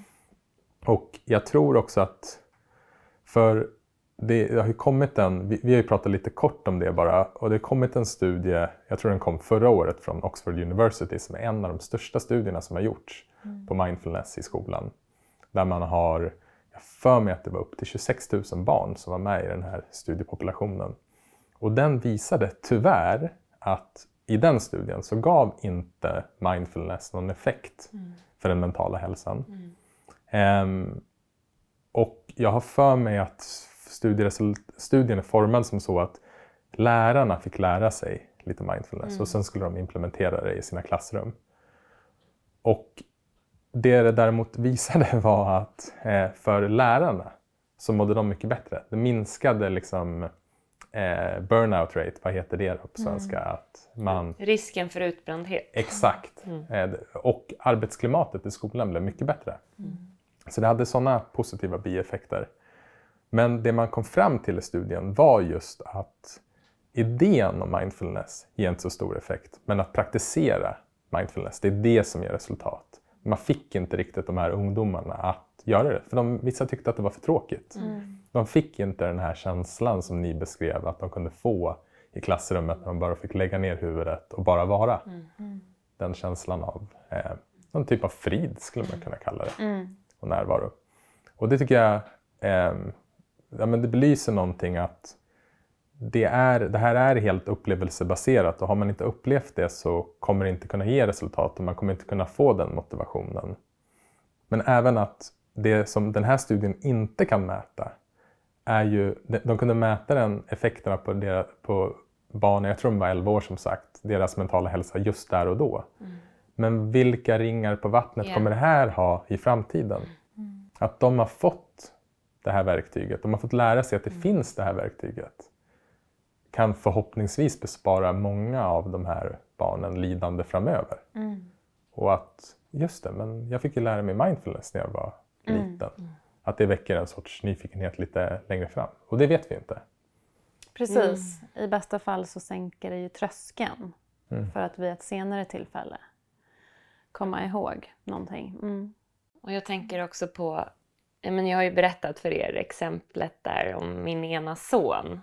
Och jag tror också att, för det har ju kommit vi har ju pratat lite kort om det bara, och det har kommit en studie, jag tror den kom förra året från Oxford University, som är en av de största studierna som har gjorts på mindfulness i skolan. Där man har, jag för mig att det var upp till 26 000 barn som var med i den här studiepopulationen. Och den visade tyvärr att i den studien så gav inte mindfulness någon effekt för den mentala hälsan. Och jag har för mig att studien är formad som så att lärarna fick lära sig lite mindfulness och sen skulle de implementera det i sina klassrum. Och det däremot visade var att för lärarna så mådde de mycket bättre. Det minskade liksom burnout rate, vad heter det på svenska? Att risken för utbrändhet. Exakt. Och arbetsklimatet i skolan blev mycket bättre. Så det hade sådana positiva bieffekter. Men det man kom fram till i studien var just att idén om mindfulness ger inte så stor effekt. Men att praktisera mindfulness, det är det som ger resultat. Man fick inte riktigt de här ungdomarna att göra det. För vissa tyckte att det var för tråkigt. De fick inte den här känslan som ni beskrev att de kunde få i klassrummet när de bara fick lägga ner huvudet och bara vara. Den känslan av någon typ av frid skulle man kunna kalla det. Och närvaro. Och det tycker jag men det belyser någonting att det här är helt upplevelsebaserat, och har man inte upplevt det så kommer det inte kunna ge resultat och man kommer inte kunna få den motivationen. Men även att det som den här studien inte kan mäta är ju, de kunde mäta den effekterna på barn, jag tror de var 11 år som sagt, deras mentala hälsa just där och då. Men vilka ringar på vattnet kommer det här ha i framtiden? Att de har fått det här verktyget, de har fått lära sig att det finns det här verktyget, kan förhoppningsvis bespara många av de här barnen lidande framöver. Och att, just det, men jag fick ju lära mig mindfulness när jag var liten. Att det väcker en sorts nyfikenhet lite längre fram. Och det vet vi inte. Precis. I bästa fall så sänker det ju tröskeln för att vid ett senare tillfälle komma ihåg någonting. Och jag tänker också på, men jag har ju berättat för er exemplet där om min ena son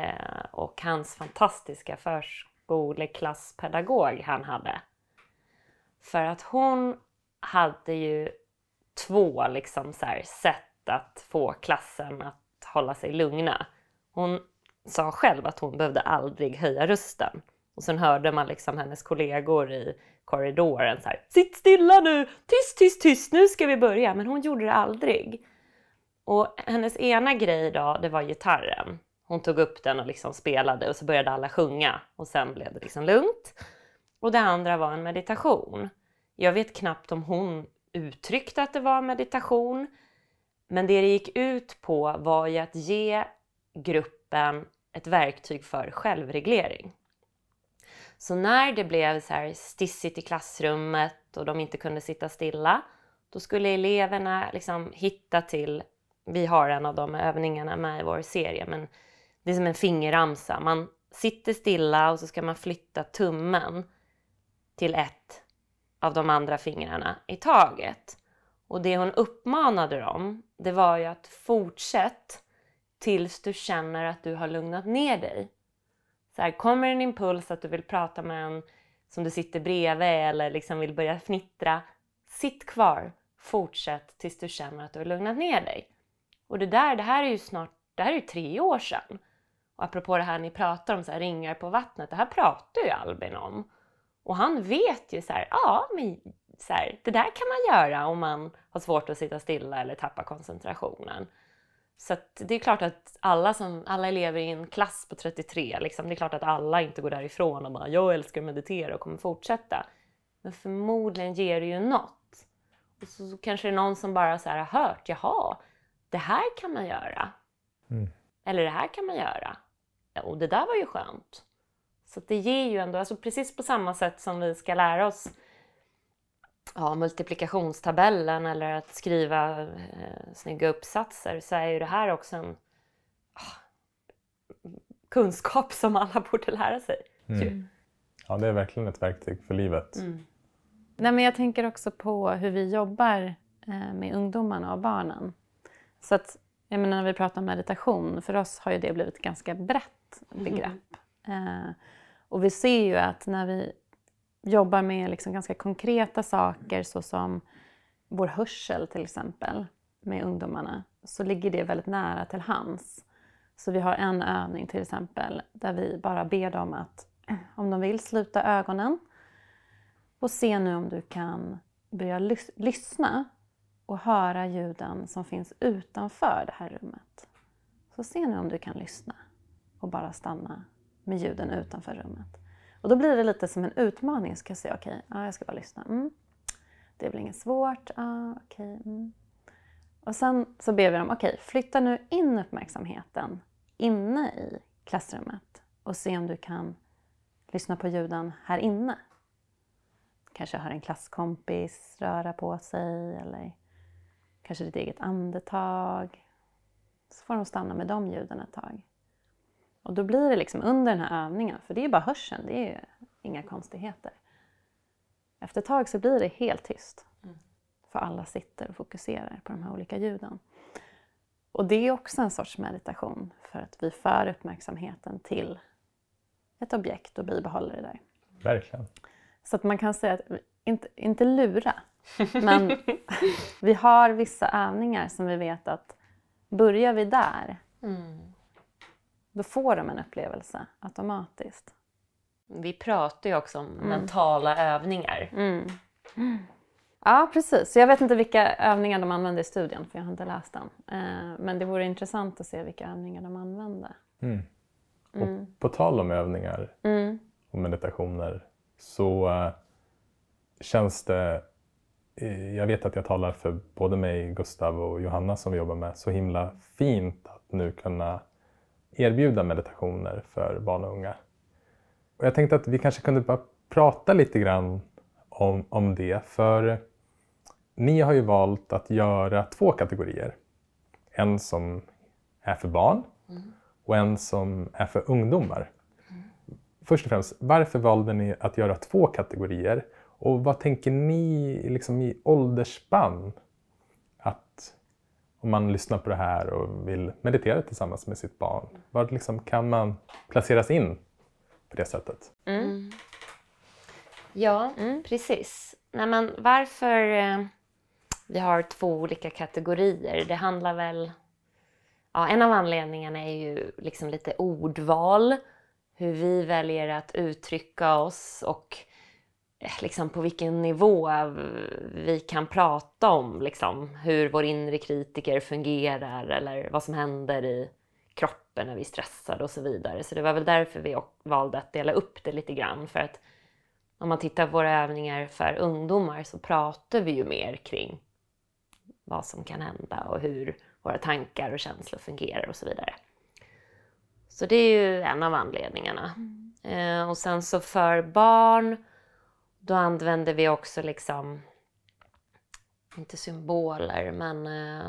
och hans fantastiska förskoleklasspedagog han hade. För att hon hade ju två liksom så här sätt att få klassen att hålla sig lugna. Hon sa själv att hon behövde aldrig höja rösten. Och sen hörde man liksom hennes kollegor i korridoren så här: sitt stilla nu, tyst, tyst, tyst, nu ska vi börja. Men hon gjorde det aldrig. Och hennes ena grej då, det var gitarren. Hon tog upp den och liksom spelade och så började alla sjunga. Och sen blev det liksom lugnt. Och det andra var en meditation. Jag vet knappt om hon uttryckte att det var meditation. Men det gick ut på var ju att ge gruppen ett verktyg för självreglering. Så när det blev så här stissigt i klassrummet och de inte kunde sitta stilla, då skulle eleverna liksom hitta till, vi har en av de övningarna med i vår serie, men det är som en fingerramsa. Man sitter stilla och så ska man flytta tummen till ett av de andra fingrarna i taget. Och det hon uppmanade dem, det var ju att fortsätt tills du känner att du har lugnat ner dig. Så här, kommer en impuls att du vill prata med en som du sitter bredvid eller liksom vill börja fnittra, sitt kvar, fortsätt tills du känner att du har lugnat ner dig. Och det här är ju 3 år sedan. Och apropå det här ni pratar om, så här, ringar på vattnet, det här pratar ju Albin om. Och han vet ju så här, det där kan man göra om man har svårt att sitta stilla eller tappa koncentrationen. Så att det är klart att alla elever i en klass på 33, liksom, det är klart att alla inte går därifrån och bara jag älskar att meditera och kommer fortsätta. Men förmodligen ger det ju något. Och så kanske det är någon som bara så här har hört, jaha, det här kan man göra. Eller det här kan man göra. Ja, och det där var ju skönt. Så det ger ju ändå, alltså precis på samma sätt som vi ska lära oss multiplikationstabellen eller att skriva snygga uppsatser, så är ju det här också en kunskap som alla borde lära sig. Ja, det är verkligen ett verktyg för livet. Nej, men jag tänker också på hur vi jobbar med ungdomarna och barnen. Så att, jag menar, när vi pratar om meditation, för oss har ju det blivit ett ganska brett begrepp. Och vi ser ju att när vi jobbar med liksom ganska konkreta saker såsom vår hörsel till exempel med ungdomarna, så ligger det väldigt nära till hands. Så vi har en övning till exempel där vi bara ber dem att, om de vill, sluta ögonen och se nu om du kan börja lyssna och höra ljuden som finns utanför det här rummet. Så se nu om du kan lyssna och bara stanna med ljuden utanför rummet. Och då blir det lite som en utmaning. Ska jag säga okej, jag ska bara lyssna. Det är väl inget svårt. Och sen så ber vi dem, okej, flytta nu in uppmärksamheten inne i klassrummet. Och se om du kan lyssna på ljuden här inne. Kanske hör en klasskompis röra på sig. Eller kanske ditt eget andetag. Så får de stanna med de ljuden ett tag. Och då blir det liksom under den här övningen, för det är ju bara hörseln, det är ju inga konstigheter. Efter ett tag så blir det helt tyst. För alla sitter och fokuserar på de här olika ljuden. Och det är också en sorts meditation, för att vi för uppmärksamheten till ett objekt och bibehåller det där. Verkligen. Så att man kan säga att, inte lura, men vi har vissa övningar som vi vet att börjar vi där, då får de en upplevelse automatiskt. Vi pratar ju också om mentala övningar. Ja, precis. Så jag vet inte vilka övningar de använder i studien, för jag har inte läst den. Men det vore intressant att se vilka övningar de använder. Och på tal om övningar och meditationer, så känns det, jag vet att jag talar för både mig, Gustav och Johanna som vi jobbar med, så himla fint att nu kunna erbjuda meditationer för barn och unga. Och jag tänkte att vi kanske kunde bara prata lite grann om det, för ni har ju valt att göra 2 kategorier. En som är för barn och en som är för ungdomar. Först och främst, varför valde ni att göra 2 kategorier? Och vad tänker ni liksom i åldersspann? Att om man lyssnar på det här och vill meditera tillsammans med sitt barn, vad liksom kan man placeras in på det sättet? Ja, precis. Nej, men varför vi har 2 olika kategorier. Det handlar väl... Ja, en av anledningarna är ju liksom lite ordval. Hur vi väljer att uttrycka oss och liksom på vilken nivå vi kan prata om liksom, hur vår inre kritiker fungerar eller vad som händer i kroppen när vi är stressade och så vidare. Så det var väl därför vi valde att dela upp det lite grann. För att om man tittar på våra övningar för ungdomar så pratar vi ju mer kring vad som kan hända och hur våra tankar och känslor fungerar och så vidare. Så det är ju en av anledningarna. Och sen så för barn, då använder vi också liksom, inte symboler, men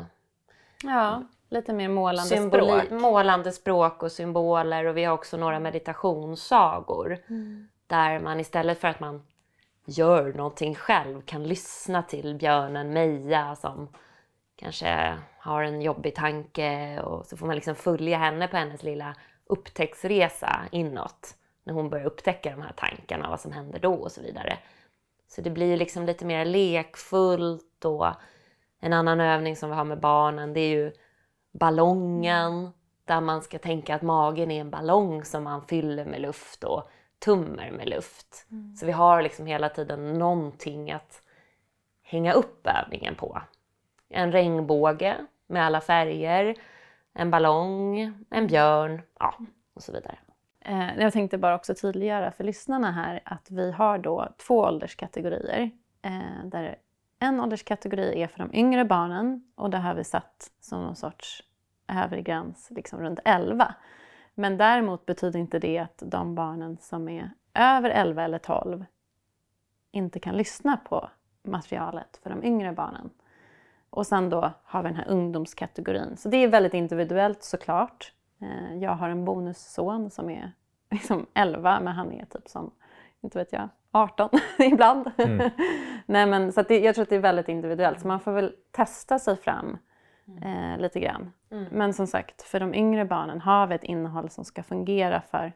Ja, lite mer målande språk. språk. Målande språk och symboler. Och vi har också några meditationssagor. Där man istället för att man gör någonting själv kan lyssna till björnen Meja som kanske har en jobbig tanke. Och så får man liksom följa henne på hennes lilla upptäcktsresa inåt. När hon börjar upptäcka de här tankarna, vad som händer då och så vidare. Så det blir liksom lite mer lekfullt. Och en annan övning som vi har med barnen, det är ju ballongen. Där man ska tänka att magen är en ballong som man fyller med luft och tummer med luft. Så vi har liksom hela tiden någonting att hänga upp övningen på. En regnbåge med alla färger, en ballong, en björn, ja, och så vidare. Jag tänkte bara också tydliggöra för lyssnarna här att vi har då 2 ålderskategorier. Där en ålderskategori är för de yngre barnen och det har vi satt som någon sorts övre gräns liksom runt 11. Men däremot betyder inte det att de barnen som är över 11 eller 12 inte kan lyssna på materialet för de yngre barnen. Och sen då har vi den här ungdomskategorin. Så det är väldigt individuellt såklart. Jag har en bonusson som är liksom 11, men han är typ som, inte vet jag, 18 ibland. Nej, men, så att jag tror att det är väldigt individuellt. Så man får väl testa sig fram lite grann. Men som sagt, för de yngre barnen har vi ett innehåll som ska fungera för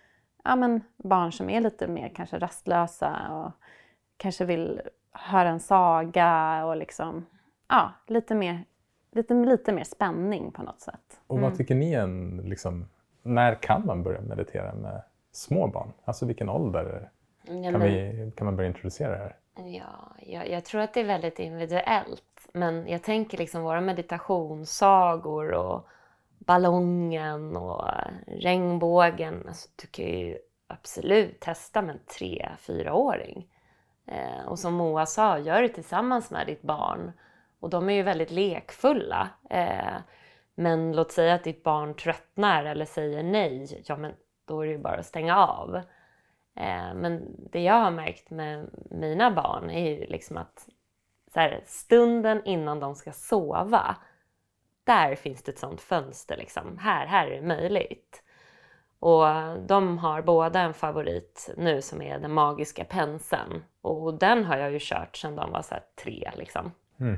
barn som är lite mer kanske rastlösa och kanske vill höra en saga och liksom, lite mer spänning på något sätt. Och vad tycker ni när kan man börja meditera med små barn? Alltså vilken ålder kan man börja introducera det här? Ja, jag tror att det är väldigt individuellt. Men jag tänker liksom våra meditationssagor och ballongen och regnbågen. Alltså, du kan ju absolut testa med en 3-4-åring. Och som Moa sa, gör det tillsammans med ditt barn. Och de är ju väldigt lekfulla. Men låt säga att ditt barn tröttnar eller säger nej. Ja, men då är det ju bara att stänga av. Men det jag har märkt med mina barn är ju liksom att så här, stunden innan de ska sova, där finns det ett sånt fönster liksom. Här är det möjligt. Och de har båda en favorit nu som är den magiska penseln. Och den har jag ju kört sedan de var så här 3 liksom.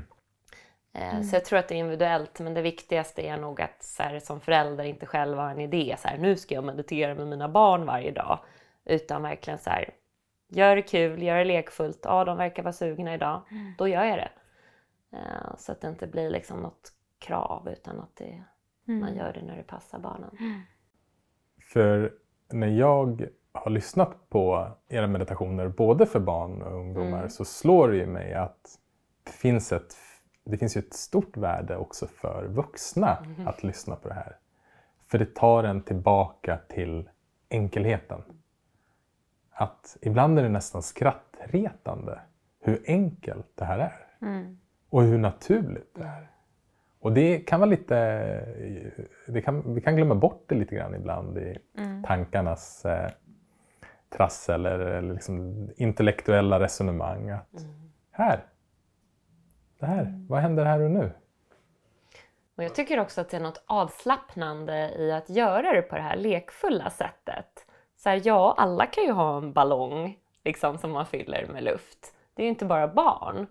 Så jag tror att det är individuellt, men det viktigaste är nog att så här, som förälder inte själv ha en idé. Så här, nu ska jag meditera med mina barn varje dag. Utan verkligen så här, gör det kul, gör det lekfullt. Ja, de verkar vara sugna idag. Då gör jag det. Så att det inte blir liksom något krav, utan att man gör det när det passar barnen. För när jag har lyssnat på era meditationer, både för barn och ungdomar, så slår det ju mig att det finns ju ett stort värde också för vuxna att lyssna på det här. För det tar en tillbaka till enkelheten. Att ibland är det nästan skrattretande hur enkelt det här är. Och hur naturligt det är. Och det kan vara lite, vi kan glömma bort det lite grann ibland i tankarnas trassel eller liksom intellektuella resonemang. Att vad händer här och nu? Och jag tycker också att det är något avslappnande i att göra det på det här lekfulla sättet. Så här, ja, alla kan ju ha en ballong liksom, som man fyller med luft. Det är ju inte bara barn.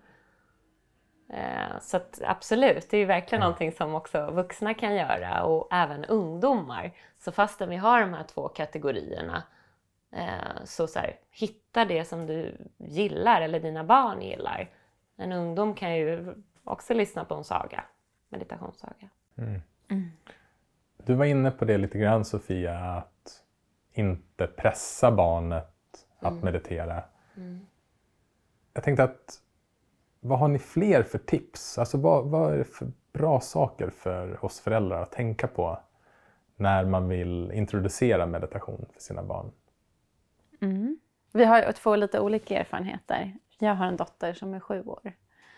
Så att, absolut, det är ju verkligen någonting som också vuxna kan göra och även ungdomar. Så fastän vi har de här 2 kategorierna så här, hitta det som du gillar eller dina barn gillar. En ungdom kan ju också lyssna på en saga, meditationssaga. Du var inne på det lite grann, Sofia, att inte pressa barnet att meditera. Jag tänkte att, vad har ni fler för tips? Alltså vad är det för bra saker för oss föräldrar att tänka på när man vill introducera meditation för sina barn? Vi har 2 lite olika erfarenheter. Jag har en dotter som är 7 år.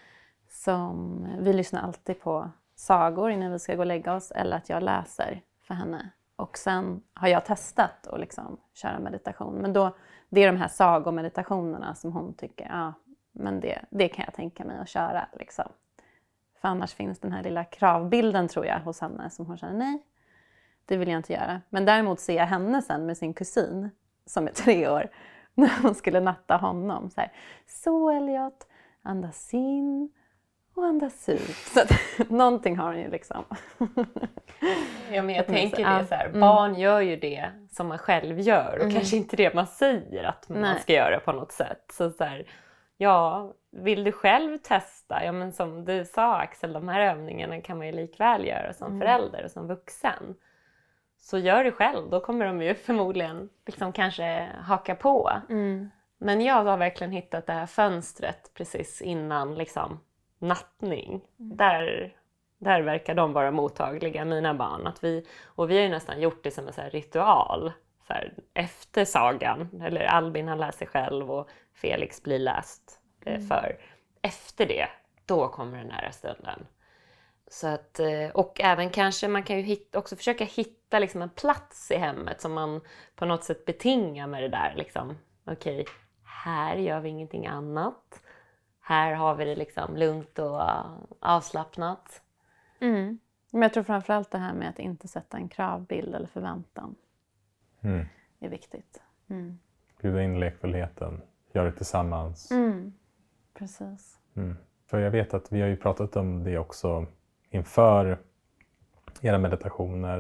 Vi lyssnar alltid på sagor innan vi ska gå och lägga oss, eller att jag läser för henne. Och sen har jag testat att liksom köra meditation. Men det är de här sagomeditationerna som hon tycker, men det kan jag tänka mig att köra. Liksom. För annars finns den här lilla kravbilden, tror jag, hos henne som hon känner, nej, det vill jag inte göra. Men däremot ser jag henne sen med sin kusin som är 3 år, när hon skulle natta honom. Så Elliot, andas in och andas ut. Så att, någonting har hon ju liksom. Ja, men jag tänker det så här, barn gör ju det som man själv gör och kanske inte det man säger att man ska göra på något sätt. Så här, ja, vill du själv testa? Ja, men som du sa, Axel, de här övningarna kan man ju likväl göra som förälder och som vuxen. Så gör det själv, då kommer de ju förmodligen liksom kanske haka på. Men jag har verkligen hittat det här fönstret precis innan liksom nattning. Där verkar de vara mottagliga, mina barn. Vi har ju nästan gjort det som en så här ritual. Så här, efter sagan, eller Albin har läst sig själv och Felix blir läst för. Efter det, då kommer den här stunden. Så att, och även kanske man kan ju också försöka hitta liksom en plats i hemmet som man på något sätt betingar med det där. Liksom. Okej, här gör vi ingenting annat. Här har vi det liksom lugnt och avslappnat. Men jag tror framförallt det här med att inte sätta en kravbild eller förväntan är viktigt. Bjuda in lekfullheten, gör det tillsammans. Precis. För jag vet att vi har ju pratat om det också inför era meditationer,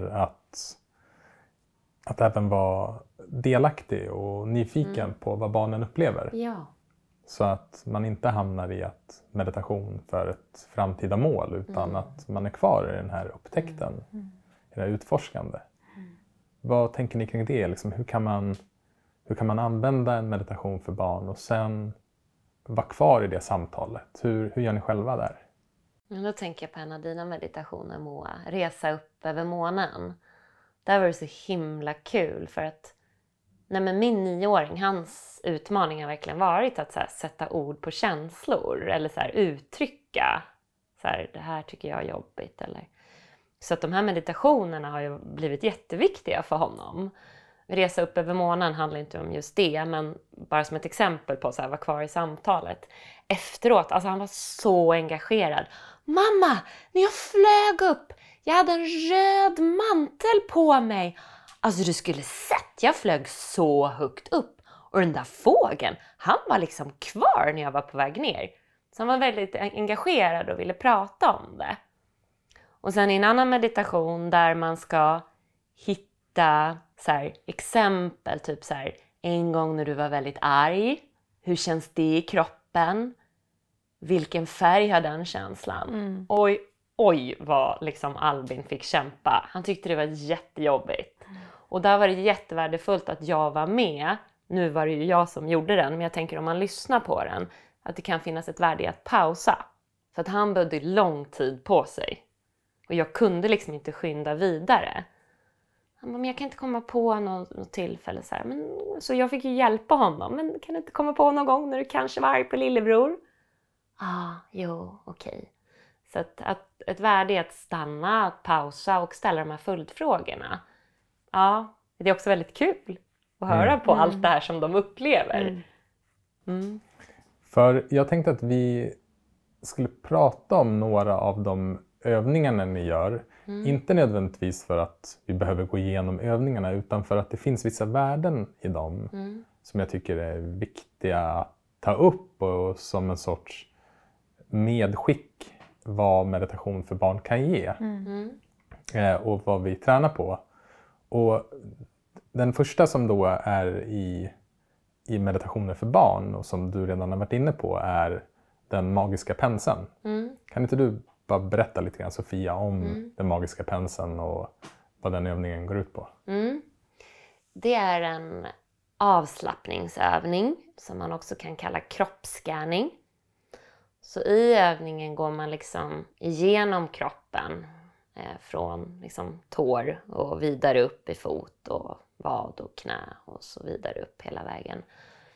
att även vara delaktig och nyfiken på vad barnen upplever. Ja. Så att man inte hamnar i att meditation för ett framtida mål, utan att man är kvar i den här upptäckten, i det här utforskande. Vad tänker ni kring det? Liksom, hur kan man använda en meditation för barn och sen vara kvar i det samtalet? Hur gör ni själva där? Men då tänker jag på en av dina meditationer, Moa. Resa upp över månen. Där var det så himla kul för att min 9-åring, hans utmaning har verkligen varit att så här, sätta ord på känslor. Eller så här, uttrycka. Så här, det här tycker jag är jobbigt. Eller. Så att de här meditationerna har ju blivit jätteviktiga för honom. Resa upp över månen handlar inte om just det, men bara som ett exempel på att vara kvar i samtalet. Efteråt, alltså han var så engagerad. Mamma, när jag flög upp, jag hade en röd mantel på mig. Alltså du skulle sett, jag flög så högt upp. Och den där fågeln, han var liksom kvar när jag var på väg ner. Så han var väldigt engagerad och ville prata om det. Och sen i en annan meditation där man ska hitta så här, exempel, typ så här, en gång när du var väldigt arg, hur känns det i kroppen? Vilken färg har den känslan? Oj vad liksom Albin fick kämpa. Han tyckte det var jättejobbigt. Och där var det jättevärdefullt att jag var med. Nu var det ju jag som gjorde den, men jag tänker om man lyssnar på den, att det kan finnas ett värde i att pausa. För att han behövde lång tid på sig. Och jag kunde liksom inte skynda vidare. Men jag kan inte komma på något tillfälle så här. Så jag fick ju hjälpa honom. Men kan du inte komma på någon gång när du kanske var arg på lillebror? Okej. Så att ett värde är att stanna, att pausa och ställa de här följdfrågorna. Ja, det är också väldigt kul att höra på allt det här som de upplever. För jag tänkte att vi skulle prata om några av de övningarna ni gör. Inte nödvändigtvis för att vi behöver gå igenom övningarna, utan för att det finns vissa värden i dem som jag tycker är viktiga att ta upp och som en sorts medskick vad meditation för barn kan ge. Och vad vi tränar på. Och den första som då är i meditationer för barn och som du redan har varit inne på är den magiska penseln. Kan inte du bara berätta lite grann, Sofia, om den magiska penseln och vad den övningen går ut på? Det är en avslappningsövning som man också kan kalla kroppsscanning. Så i övningen går man liksom igenom kroppen från liksom tår och vidare upp i fot och vad och knä och så vidare upp hela vägen.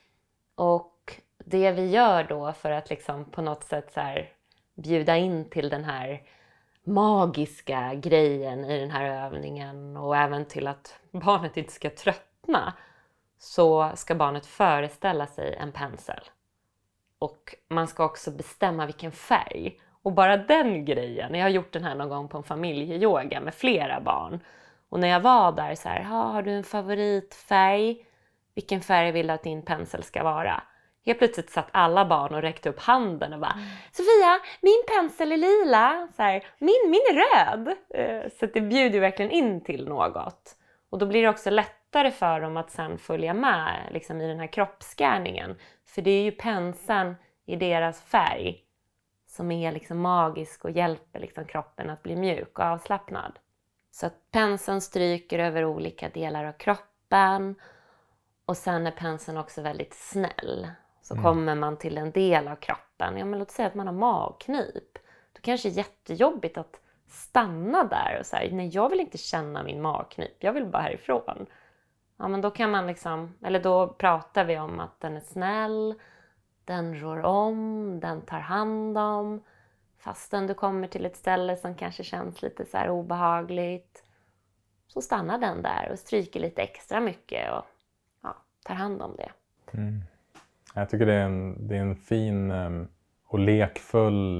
Och det vi gör då för att liksom på något sätt så här bjuda in till den här magiska grejen i den här övningen och även till att barnet inte ska tröttna, så ska barnet föreställa sig en pensel. Och man ska också bestämma vilken färg. Och bara den grejen, jag har gjort den här någon gång på en familjeyoga med flera barn. Och när jag var där så här, har du en favoritfärg? Vilken färg vill du att din pensel ska vara? Helt plötsligt satt alla barn och räckte upp handen och bara, Sofia, min pensel är lila. Så här, min är röd. Så det bjuder verkligen in till något. Och då blir det också lättare för dem att sen följa med liksom, i den här kroppsscanningen. För det är ju penseln i deras färg som är liksom magisk och hjälper liksom kroppen att bli mjuk och avslappnad. Så att penseln stryker över olika delar av kroppen. Och sen är penseln också väldigt snäll. Så kommer man till en del av kroppen. Ja, men låt säga att man har magknip. Då kanske det är jättejobbigt att stanna där och säga, nej, jag vill inte känna min magknip. Jag vill bara härifrån. Ja, men då kan man liksom, eller då pratar vi om att den är snäll. Den rår om, den tar hand om. Fastän du kommer till ett ställe som kanske känns lite så här obehagligt. Så stannar den där och stryker lite extra mycket och tar hand om det. Jag tycker det är en fin och lekfull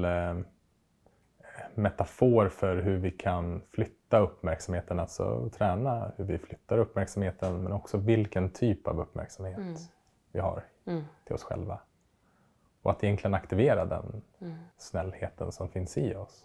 metafor för hur vi kan flytta uppmärksamheten. Alltså träna hur vi flyttar uppmärksamheten, men också vilken typ av uppmärksamhet vi har till oss själva. Och att egentligen aktivera den snällheten som finns i oss.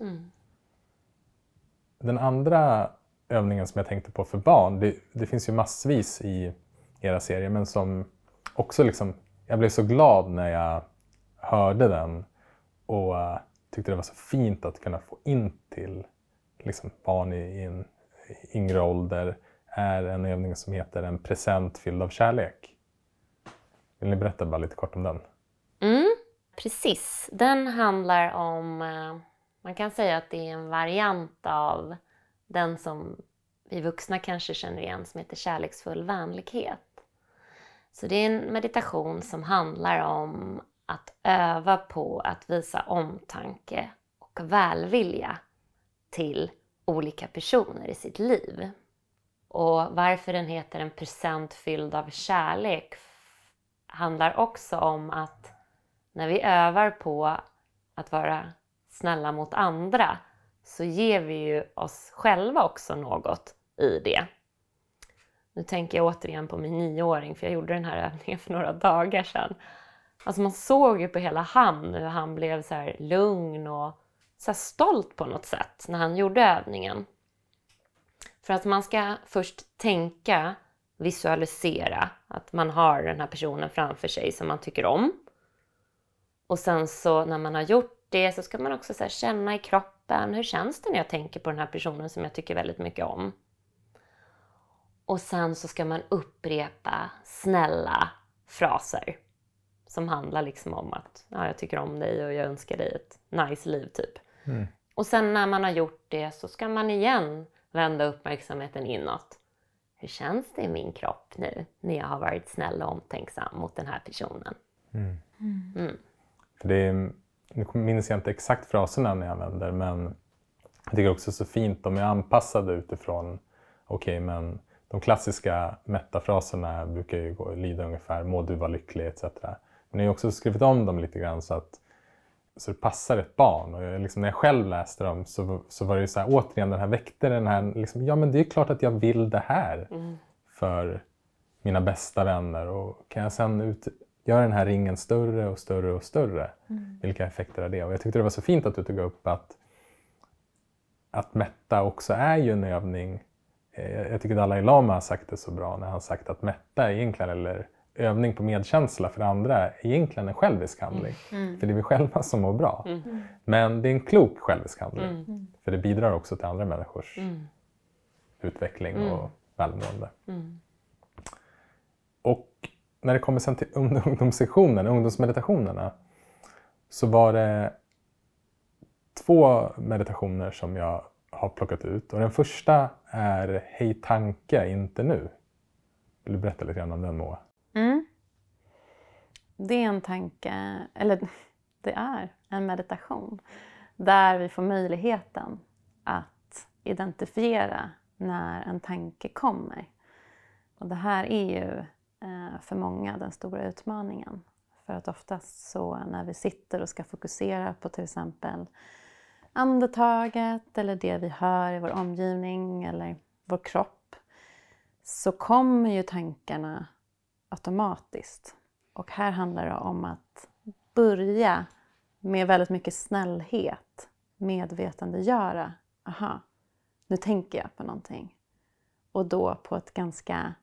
Den andra övningen som jag tänkte på för barn, det finns ju massvis i era serier, men som också liksom, jag blev så glad när jag hörde den och tyckte det var så fint att kunna få in till liksom barn i en yngre ålder, är en övning som heter En present fylld av kärlek. Vill ni berätta bara lite kort om den? Precis, den handlar om, man kan säga att det är en variant av den som vi vuxna kanske känner igen som heter kärleksfull vänlighet. Så det är en meditation som handlar om att öva på att visa omtanke och välvilja till olika personer i sitt liv. Och varför den heter En present fylld av kärlek handlar också om att när vi övar på att vara snälla mot andra så ger vi ju oss själva också något i det. Nu tänker jag återigen på min 9-åring, för jag gjorde den här övningen för några dagar sedan. Alltså man såg ju på hela han hur han blev så här lugn och så här stolt på något sätt när han gjorde övningen. För att man ska först tänka, visualisera att man har den här personen framför sig som man tycker om. Och sen så när man har gjort det så ska man också så här känna i kroppen, hur känns det när jag tänker på den här personen som jag tycker väldigt mycket om. Och sen så ska man upprepa snälla fraser som handlar liksom om att jag tycker om dig och jag önskar dig ett nice liv typ. Och sen när man har gjort det så ska man igen vända uppmärksamheten inåt. Hur känns det i min kropp nu när jag har varit snäll och omtänksam mot den här personen? För nu minns jag inte exakt fraserna när jag använder, men jag tycker också så fint de är anpassade utifrån, men de klassiska mätta-fraserna brukar ju lyda ungefär må du vara lycklig etc. Men jag har också skrivit om dem lite grann så det passar ett barn. Och när jag själv läste dem så var det ju så här, återigen den här väckte den här, men det är klart att jag vill det här för mina bästa vänner. Och kan jag sen göra den här ringen större och större och större, vilka effekter har det? Och jag tyckte det var så fint att du tog upp att mätta också är ju en övning. Jag tycker Dalai Lama har sagt det så bra när han sagt att mätta egentligen, eller övning på medkänsla för andra är egentligen en självisk handling. För det är vi själva som mår bra. Men det är en klok självisk handling. För det bidrar också till andra människors utveckling och välmående. Och när det kommer sen till ungdomsmeditationerna, så var det 2 meditationer som jag har plockat ut. Och den första är Hej tanke, inte nu. Vill du berätta lite grann om den, Moa? Det är en tanke, eller det är en meditation där vi får möjligheten att identifiera när en tanke kommer. Och det här är ju för många den stora utmaningen. För att oftast så när vi sitter och ska fokusera på till exempel andetaget eller det vi hör i vår omgivning eller vår kropp, så kommer ju tankarna automatiskt. Och här handlar det om att börja med väldigt mycket snällhet, medvetandegöra. Aha, nu tänker jag på någonting. Och då på ett ganska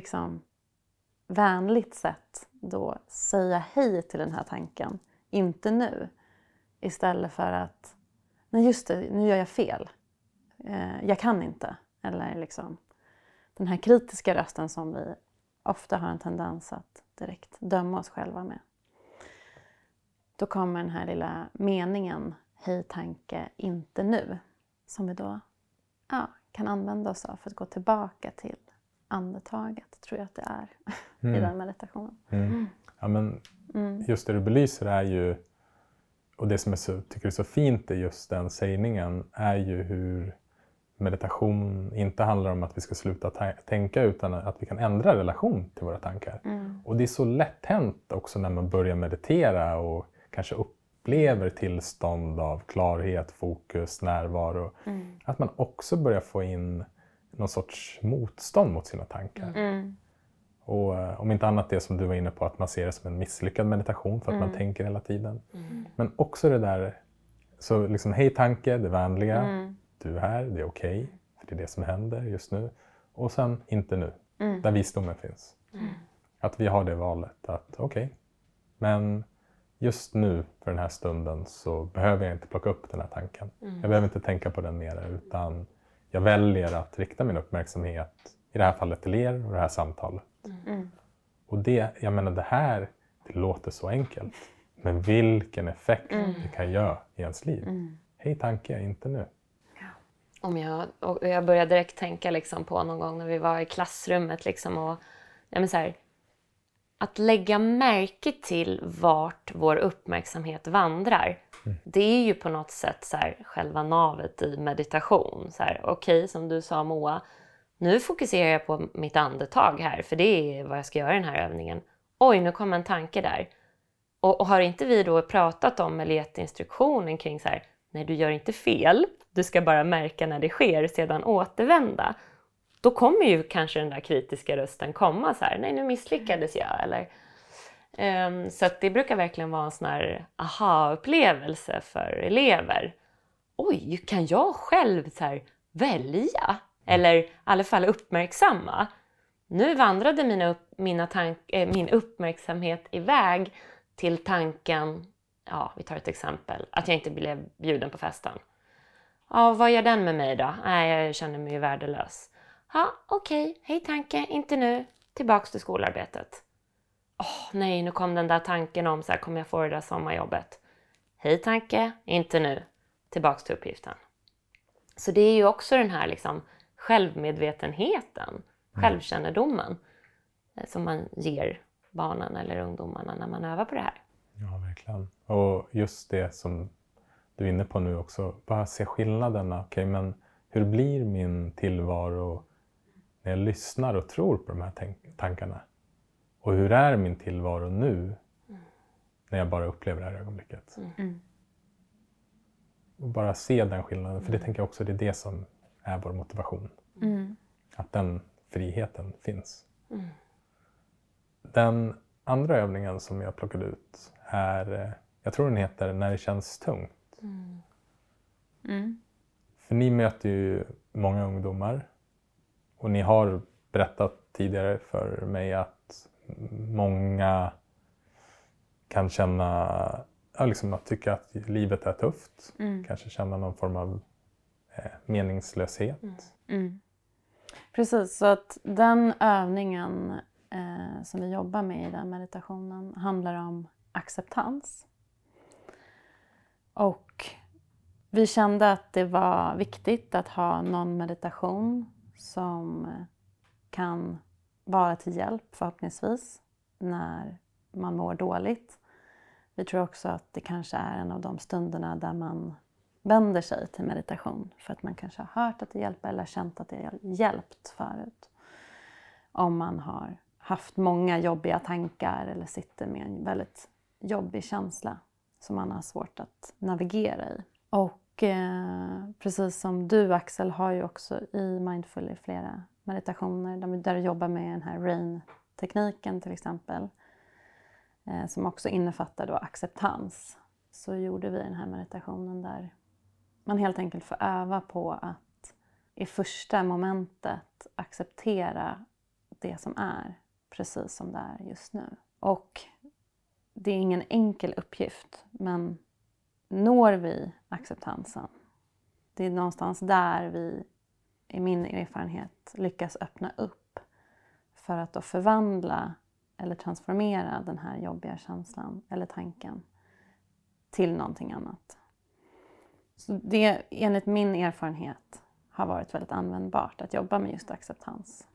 vänligt sätt då säga hej till den här tanken. Inte nu. Istället för att, nej just det, nu gör jag fel. Jag kan inte. Eller den här kritiska rösten som vi ofta har en tendens att direkt döma oss själva med. Då kommer den här lilla meningen, hej tanke, inte nu. Som vi då kan använda oss av för att gå tillbaka till andetaget, tror jag att det är i den meditationen. Ja, men just det du belyser är ju, och det som jag tycker är så fint i just den sägningen, är ju hur meditation inte handlar om att vi ska sluta tänka, utan att vi kan ändra relation till våra tankar. Och det är så lätt hänt också när man börjar meditera och kanske upplever tillstånd av klarhet, fokus, närvaro. Att man också börjar få in någon sorts motstånd mot sina tankar. Och om inte annat det som du var inne på, att man ser det som en misslyckad meditation för att man tänker hela tiden. Men också det där, så hej tanke, det vänliga. Du är här, det är okej, för det är det som händer just nu. Och sen inte nu, där visdomen finns. Att vi har det valet att okej, men just nu för den här stunden så behöver jag inte plocka upp den här tanken. Jag behöver inte tänka på den mer, utan jag väljer att rikta min uppmärksamhet, i det här fallet till er och det här samtalet. Och det, jag menar det här, det låter så enkelt. Men vilken effekt det kan göra i ens liv. Hej tanke, inte nu. Jag började direkt tänka på någon gång när vi var i klassrummet att lägga märke till vart vår uppmärksamhet vandrar. Det är ju på något sätt själva navet i meditation. Okej, som du sa Moa, nu fokuserar jag på mitt andetag här, för det är vad jag ska göra i den här övningen. Oj, nu kom en tanke där. Och har inte vi då pratat om eller gett instruktionen kring nej, du gör inte fel. Du ska bara märka när det sker, sedan återvända. Då kommer ju kanske den där kritiska rösten komma nej, nu misslyckades jag. Eller, så att det brukar verkligen vara en sån här aha-upplevelse för elever. Oj, kan jag själv välja? Eller i alla fall uppmärksamma. Nu vandrade min uppmärksamhet iväg till tanken, vi tar ett exempel, att jag inte blev bjuden på festen. Vad gör den med mig då? Nej, jag känner mig värdelös. Okej, hej tanke, inte nu. Tillbaks till skolarbetet. Nej, nu kom den där tanken om kommer jag få det där sommarjobbet. Hej tanke, inte nu. Tillbaks till uppgiften. Så det är ju också den här självmedvetenheten, självkännedomen som man ger barnen eller ungdomarna när man övar på det här. Ja, verkligen. Och just det som du är inne på nu också, bara se skillnaderna. Okej, men hur blir min tillvaro när jag lyssnar och tror på de här tankarna? Och hur är min tillvaro nu när jag bara upplever det här ögonblicket? Och bara se den skillnaden, för det tänker jag också, det är det som är vår motivation. Att den friheten finns. Den andra övningen som jag plockade ut är, jag tror den heter När det känns tungt. För ni möter ju många ungdomar och ni har berättat tidigare för mig att många kan känna, liksom att tycka att livet är tufft. Kanske känna någon form av meningslöshet. Precis, så att den övningen som vi jobbar med i den meditationen handlar om acceptans. Och vi kände att det var viktigt att ha någon meditation som kan vara till hjälp förhoppningsvis när man mår dåligt. Vi tror också att det kanske är en av de stunderna där man vänder sig till meditation för att man kanske har hört att det hjälper eller känt att det har hjälpt förut. Om man har haft många jobbiga tankar eller sitter med en väldigt jobbig känsla som man har svårt att navigera i. Och precis som du, Axel, har ju också i Mindfully flera meditationer där du jobbar med den här RAIN-tekniken till exempel. Som också innefattar då acceptans. Så gjorde vi den här meditationen där man helt enkelt får öva på att i första momentet acceptera det som är precis som det är just nu. Och det är ingen enkel uppgift, men når vi acceptansen, det är någonstans där vi, i min erfarenhet, lyckas öppna upp för att då förvandla eller transformera den här jobbiga känslan eller tanken till någonting annat. Så det, enligt min erfarenhet, har varit väldigt användbart att jobba med just acceptans.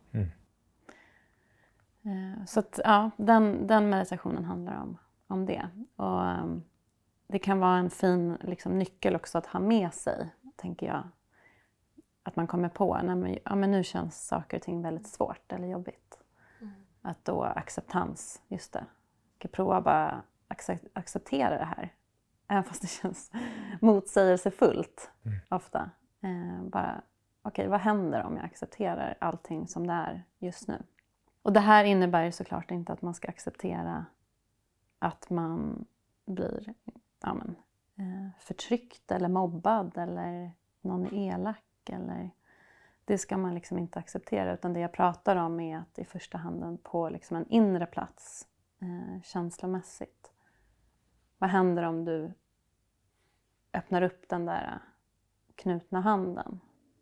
Så att, ja, den meditationen handlar om det. Och det kan vara en fin liksom, nyckel också att ha med sig, tänker jag. Att man kommer på, men nu känns saker och ting väldigt svårt eller jobbigt. Att då acceptans, just det. Jag ska prova bara acceptera det här. Även fast det känns motsägelsefullt ofta. Bara, okej, vad händer om jag accepterar allting som det är just nu? Och det här innebär ju såklart inte att man ska acceptera att man blir förtryckt eller mobbad eller någon är elak. Eller, det ska man liksom inte acceptera, utan det jag pratar om är att i första handen på liksom en inre plats känslomässigt. Vad händer om du öppnar upp den där knutna handen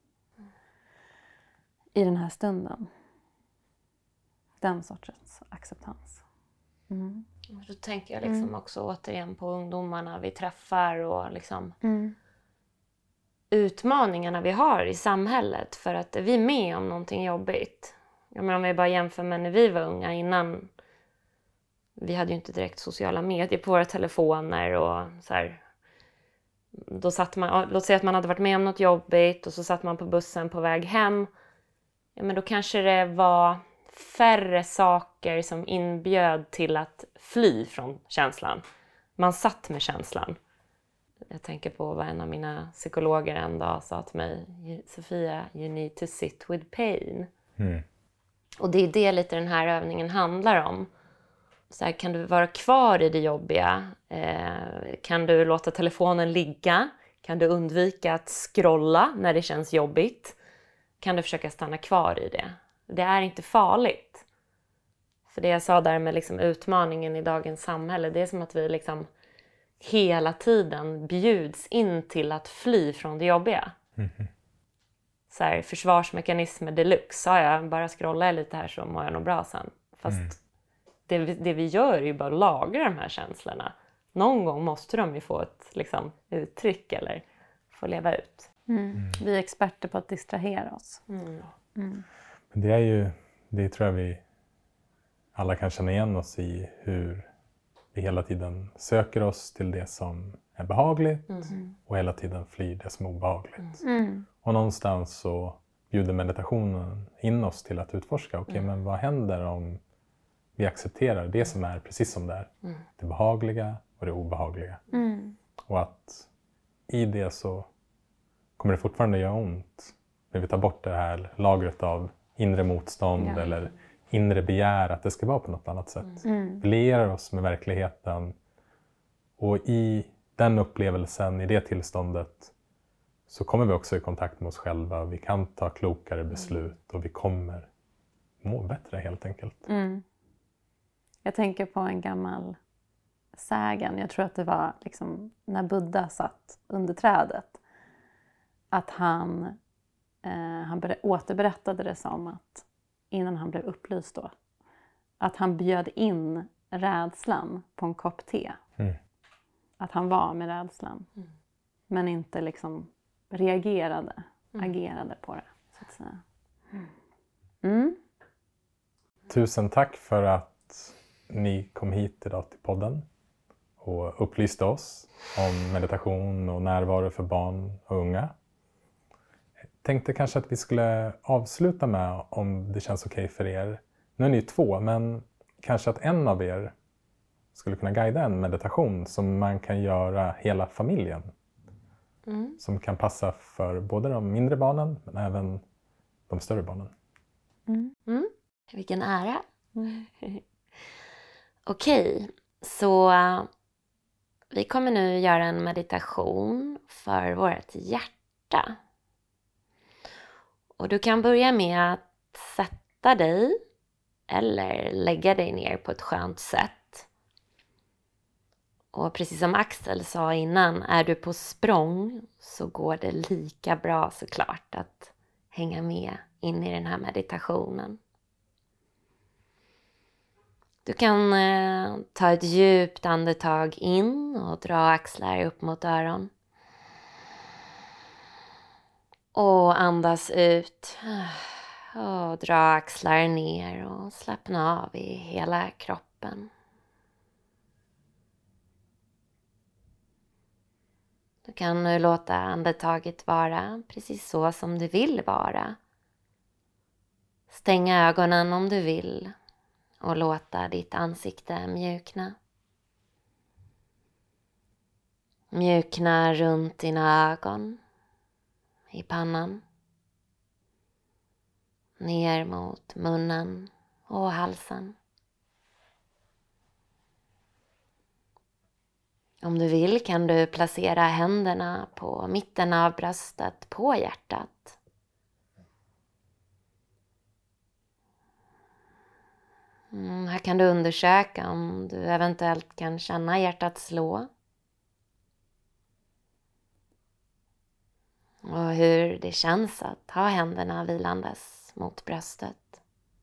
i den här stunden? Den sortens acceptans. Då tänker jag liksom också återigen på ungdomarna vi träffar och liksom utmaningarna vi har i samhället för att är vi med om någonting jobbigt. Jag menar, om vi bara jämför med när vi var unga innan. Vi hade ju inte direkt sociala medier på våra telefoner och så här. Då satt man, låt säga att man hade varit med om något jobbigt och så satt man på bussen på väg hem. Ja, men då kanske det var färre saker som inbjöd till att fly från känslan. Man satt med känslan. Jag tänker på vad en av mina psykologer en dag sa till mig. Sofia, you need to sit with pain. Och det är det lite den här övningen handlar om. Så här, kan du vara kvar i det jobbiga? Kan du låta telefonen ligga? Kan du undvika att scrolla när det känns jobbigt? Kan du försöka stanna kvar i det? Det är inte farligt. För det jag sa där med liksom utmaningen i dagens samhälle, det är som att vi liksom hela tiden bjuds in till att fly från det jobbiga. Så här, försvarsmekanismer deluxe. Sa jag, bara scrollar jag lite här så mår jag nog bra sen. Fast det vi gör är ju bara att lagra de här känslorna. Någon gång måste de ju få ett liksom, uttryck eller få leva ut. Vi är experter på att distrahera oss. Men det är ju, det tror jag vi alla kan känna igen oss i, hur vi hela tiden söker oss till det som är behagligt och hela tiden flyr det som är obehagligt. Och någonstans så bjuder meditationen in oss till att utforska, okej, men vad händer om vi accepterar det som är precis som det är. Det behagliga och det obehagliga. Och att i det så kommer det fortfarande göra ont. Men vi tar bort det här lagret av inre motstånd eller inre begär att det ska vara på något annat sätt. Vi lierar oss med verkligheten. Och i den upplevelsen, i det tillståndet, så kommer vi också i kontakt med oss själva. Vi kan ta klokare beslut och vi kommer må bättre helt enkelt. Jag tänker på en gammal sägen. Jag tror att det var liksom när Buddha satt under trädet. Att han återberättade det som att innan han blev upplyst då. Att han bjöd in rädslan på en kopp te. Att han var med rädslan. Men inte liksom reagerade, agerade på det. Så att säga. Tusen tack för att ni kom hit idag till podden och upplyste oss om meditation och närvaro för barn och unga. Jag tänkte kanske att vi skulle avsluta med, om det känns okej för er. Nu är ni 2, men kanske att en av er skulle kunna guida en meditation som man kan göra hela familjen. Som kan passa för både de mindre barnen men även de större barnen. Vilken ära. Okej, så vi kommer nu göra en meditation för vårt hjärta. Och du kan börja med att sätta dig eller lägga dig ner på ett skönt sätt. Och precis som Axel sa innan, är du på språng så går det lika bra såklart att hänga med in i den här meditationen. Du kan ta ett djupt andetag in och dra axlar upp mot öron. Och andas ut och dra axlar ner och slappna av i hela kroppen. Du kan nu låta andetaget vara precis så som du vill vara. Stänga ögonen om du vill och låta ditt ansikte mjukna. Mjukna runt dina ögon, i pannan, ner mot munnen och halsen. Om du vill kan du placera händerna på mitten av bröstet på hjärtat. Här kan du undersöka om du eventuellt kan känna hjärtat slå. Och hur det känns att ha händerna vilandes mot bröstet.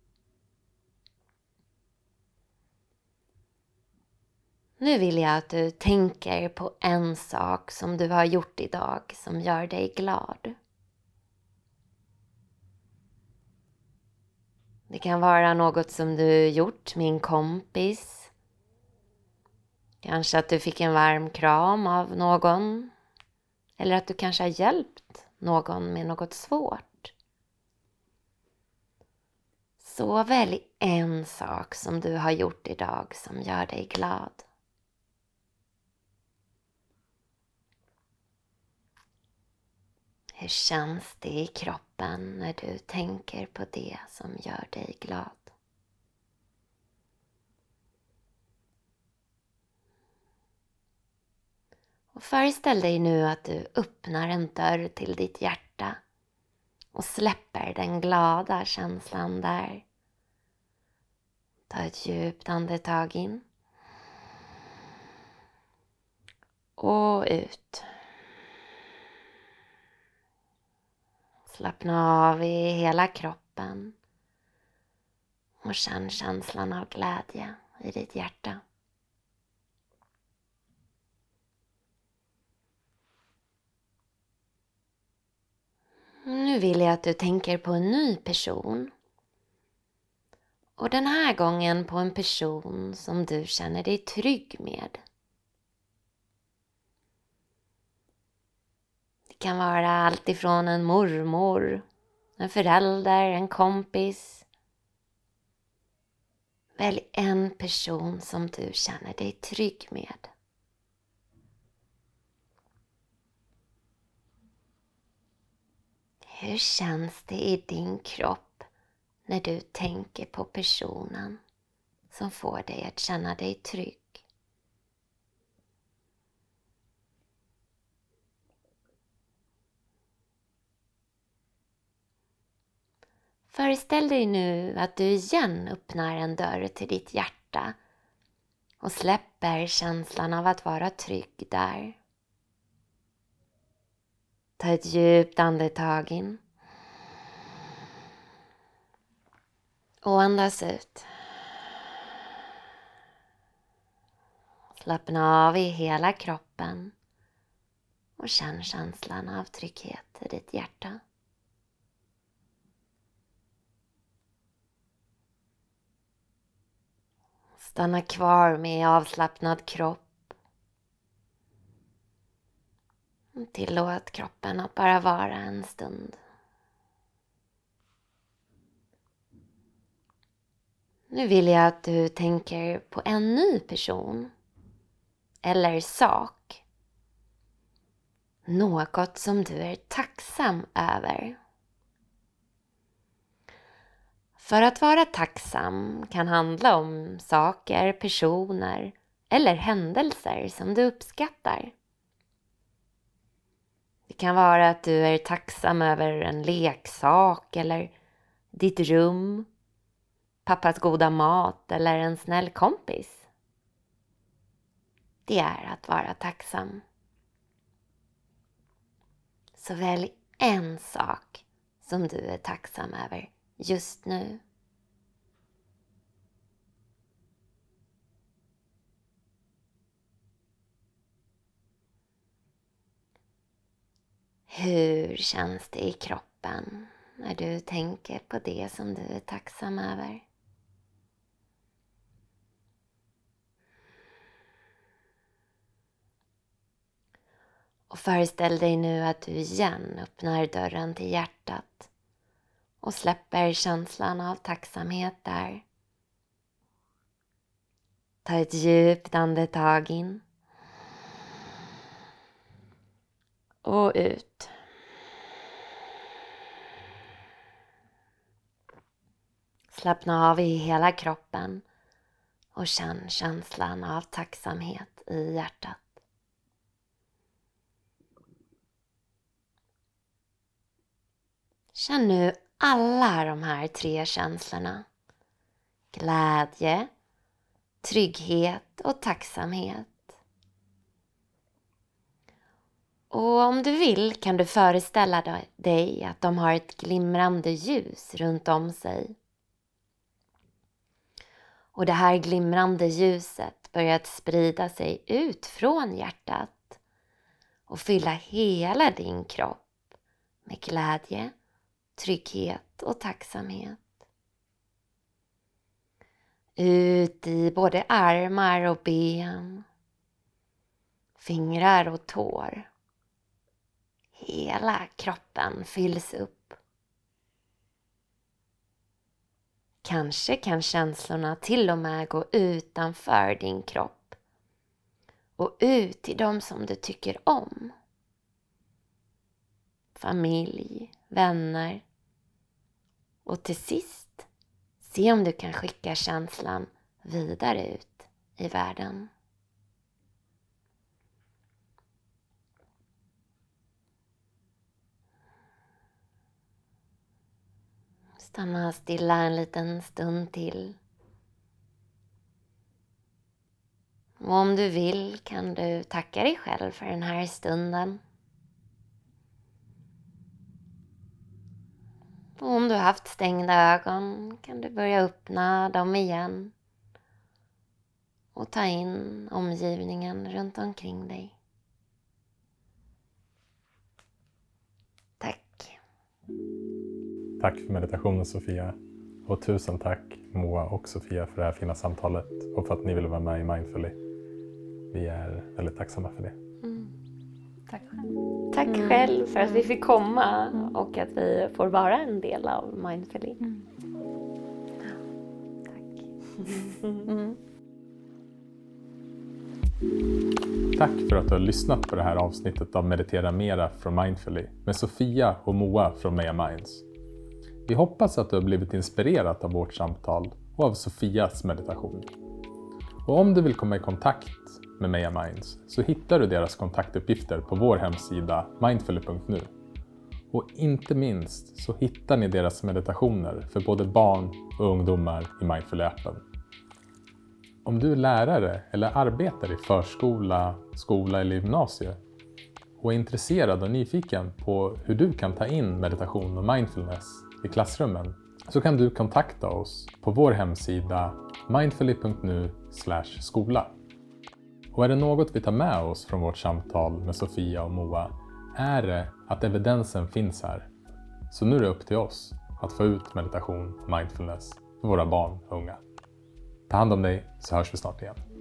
Nu vill jag att du tänker på en sak som du har gjort idag som gör dig glad. Det kan vara något som du gjort med en kompis. Kanske att du fick en varm kram av någon. Eller att du kanske har hjälpt någon med något svårt. Så välj en sak som du har gjort idag som gör dig glad. Hur känns det i kroppen när du tänker på det som gör dig glad? Och föreställ dig nu att du öppnar en dörr till ditt hjärta och släpper den glada känslan där. Ta ett djupt andetag in och ut. Slappna av i hela kroppen och känn känslan av glädje i ditt hjärta. Nu vill jag att du tänker på en ny person. Och den här gången på en person som du känner dig trygg med. Det kan vara allt ifrån en mormor, en förälder, en kompis. Välj en person som du känner dig trygg med. Hur känns det i din kropp när du tänker på personen som får dig att känna dig trygg? Föreställ dig nu att du igen öppnar en dörr till ditt hjärta och släpper känslan av att vara trygg där. Ta ett djupt andetag in. Och andas ut. Slappna av i hela kroppen och känn känslan av trygghet i ditt hjärta. Stanna kvar med avslappnad kropp. Tillåt kroppen att bara vara en stund. Nu vill jag att du tänker på en ny person eller sak. Något som du är tacksam över. För att vara tacksam kan handla om saker, personer eller händelser som du uppskattar. Det kan vara att du är tacksam över en leksak eller ditt rum, pappas goda mat eller en snäll kompis. Det är att vara tacksam. Så välj en sak som du är tacksam över just nu. Hur känns det i kroppen när du tänker på det som du är tacksam över? Och föreställ dig nu att du igen öppnar dörren till hjärtat och släpper känslan av tacksamhet där. Ta ett djupt andetag in och ut. Slappna av i hela kroppen och känn känslan av tacksamhet i hjärtat. Känn nu alla de här 3 känslorna. Glädje, trygghet och tacksamhet. Och om du vill kan du föreställa dig att de har ett glimrande ljus runt om sig. Och det här glimrande ljuset börjar att sprida sig ut från hjärtat och fylla hela din kropp med glädje, trygghet och tacksamhet. Ut i både armar och ben, fingrar och tår. Hela kroppen fylls upp. Kanske kan känslorna till och med gå utanför din kropp och ut till de som du tycker om. Familj, vänner. Och till sist, se om du kan skicka känslan vidare ut i världen. Stanna stilla en liten stund till. Och om du vill kan du tacka dig själv för den här stunden. Och om du har haft stängda ögon kan du börja öppna dem igen. Och ta in omgivningen runt omkring dig. Tack. Tack för meditationen, Sofia. Och tusen tack Moa och Sofia för det här fina samtalet och för att ni ville vara med i Mindfully. Vi är väldigt tacksamma för det. Tack själv. Tack själv för att vi fick komma och att vi får vara en del av Mindfully. Tack. Tack för att du har lyssnat på det här avsnittet av Meditera Mera från Mindfully med Sofia och Moa från Maya Minds. Vi hoppas att du har blivit inspirerad av vårt samtal och av Sofias meditation. Och om du vill komma i kontakt med Maya Minds så hittar du deras kontaktuppgifter på vår hemsida mindfully.nu. Och inte minst så hittar ni deras meditationer för både barn och ungdomar i Mindfully-appen. Om du är lärare eller arbetar i förskola, skola eller gymnasie och är intresserad och nyfiken på hur du kan ta in meditation och mindfulness i klassrummen, så kan du kontakta oss på vår hemsida mindfully.nu/skola. Och är det något vi tar med oss från vårt samtal med Sofia och Moa, är det att evidensen finns här. Så nu är det upp till oss att få ut meditation och mindfulness för våra barn och unga. Ta hand om dig, så hörs vi snart igen.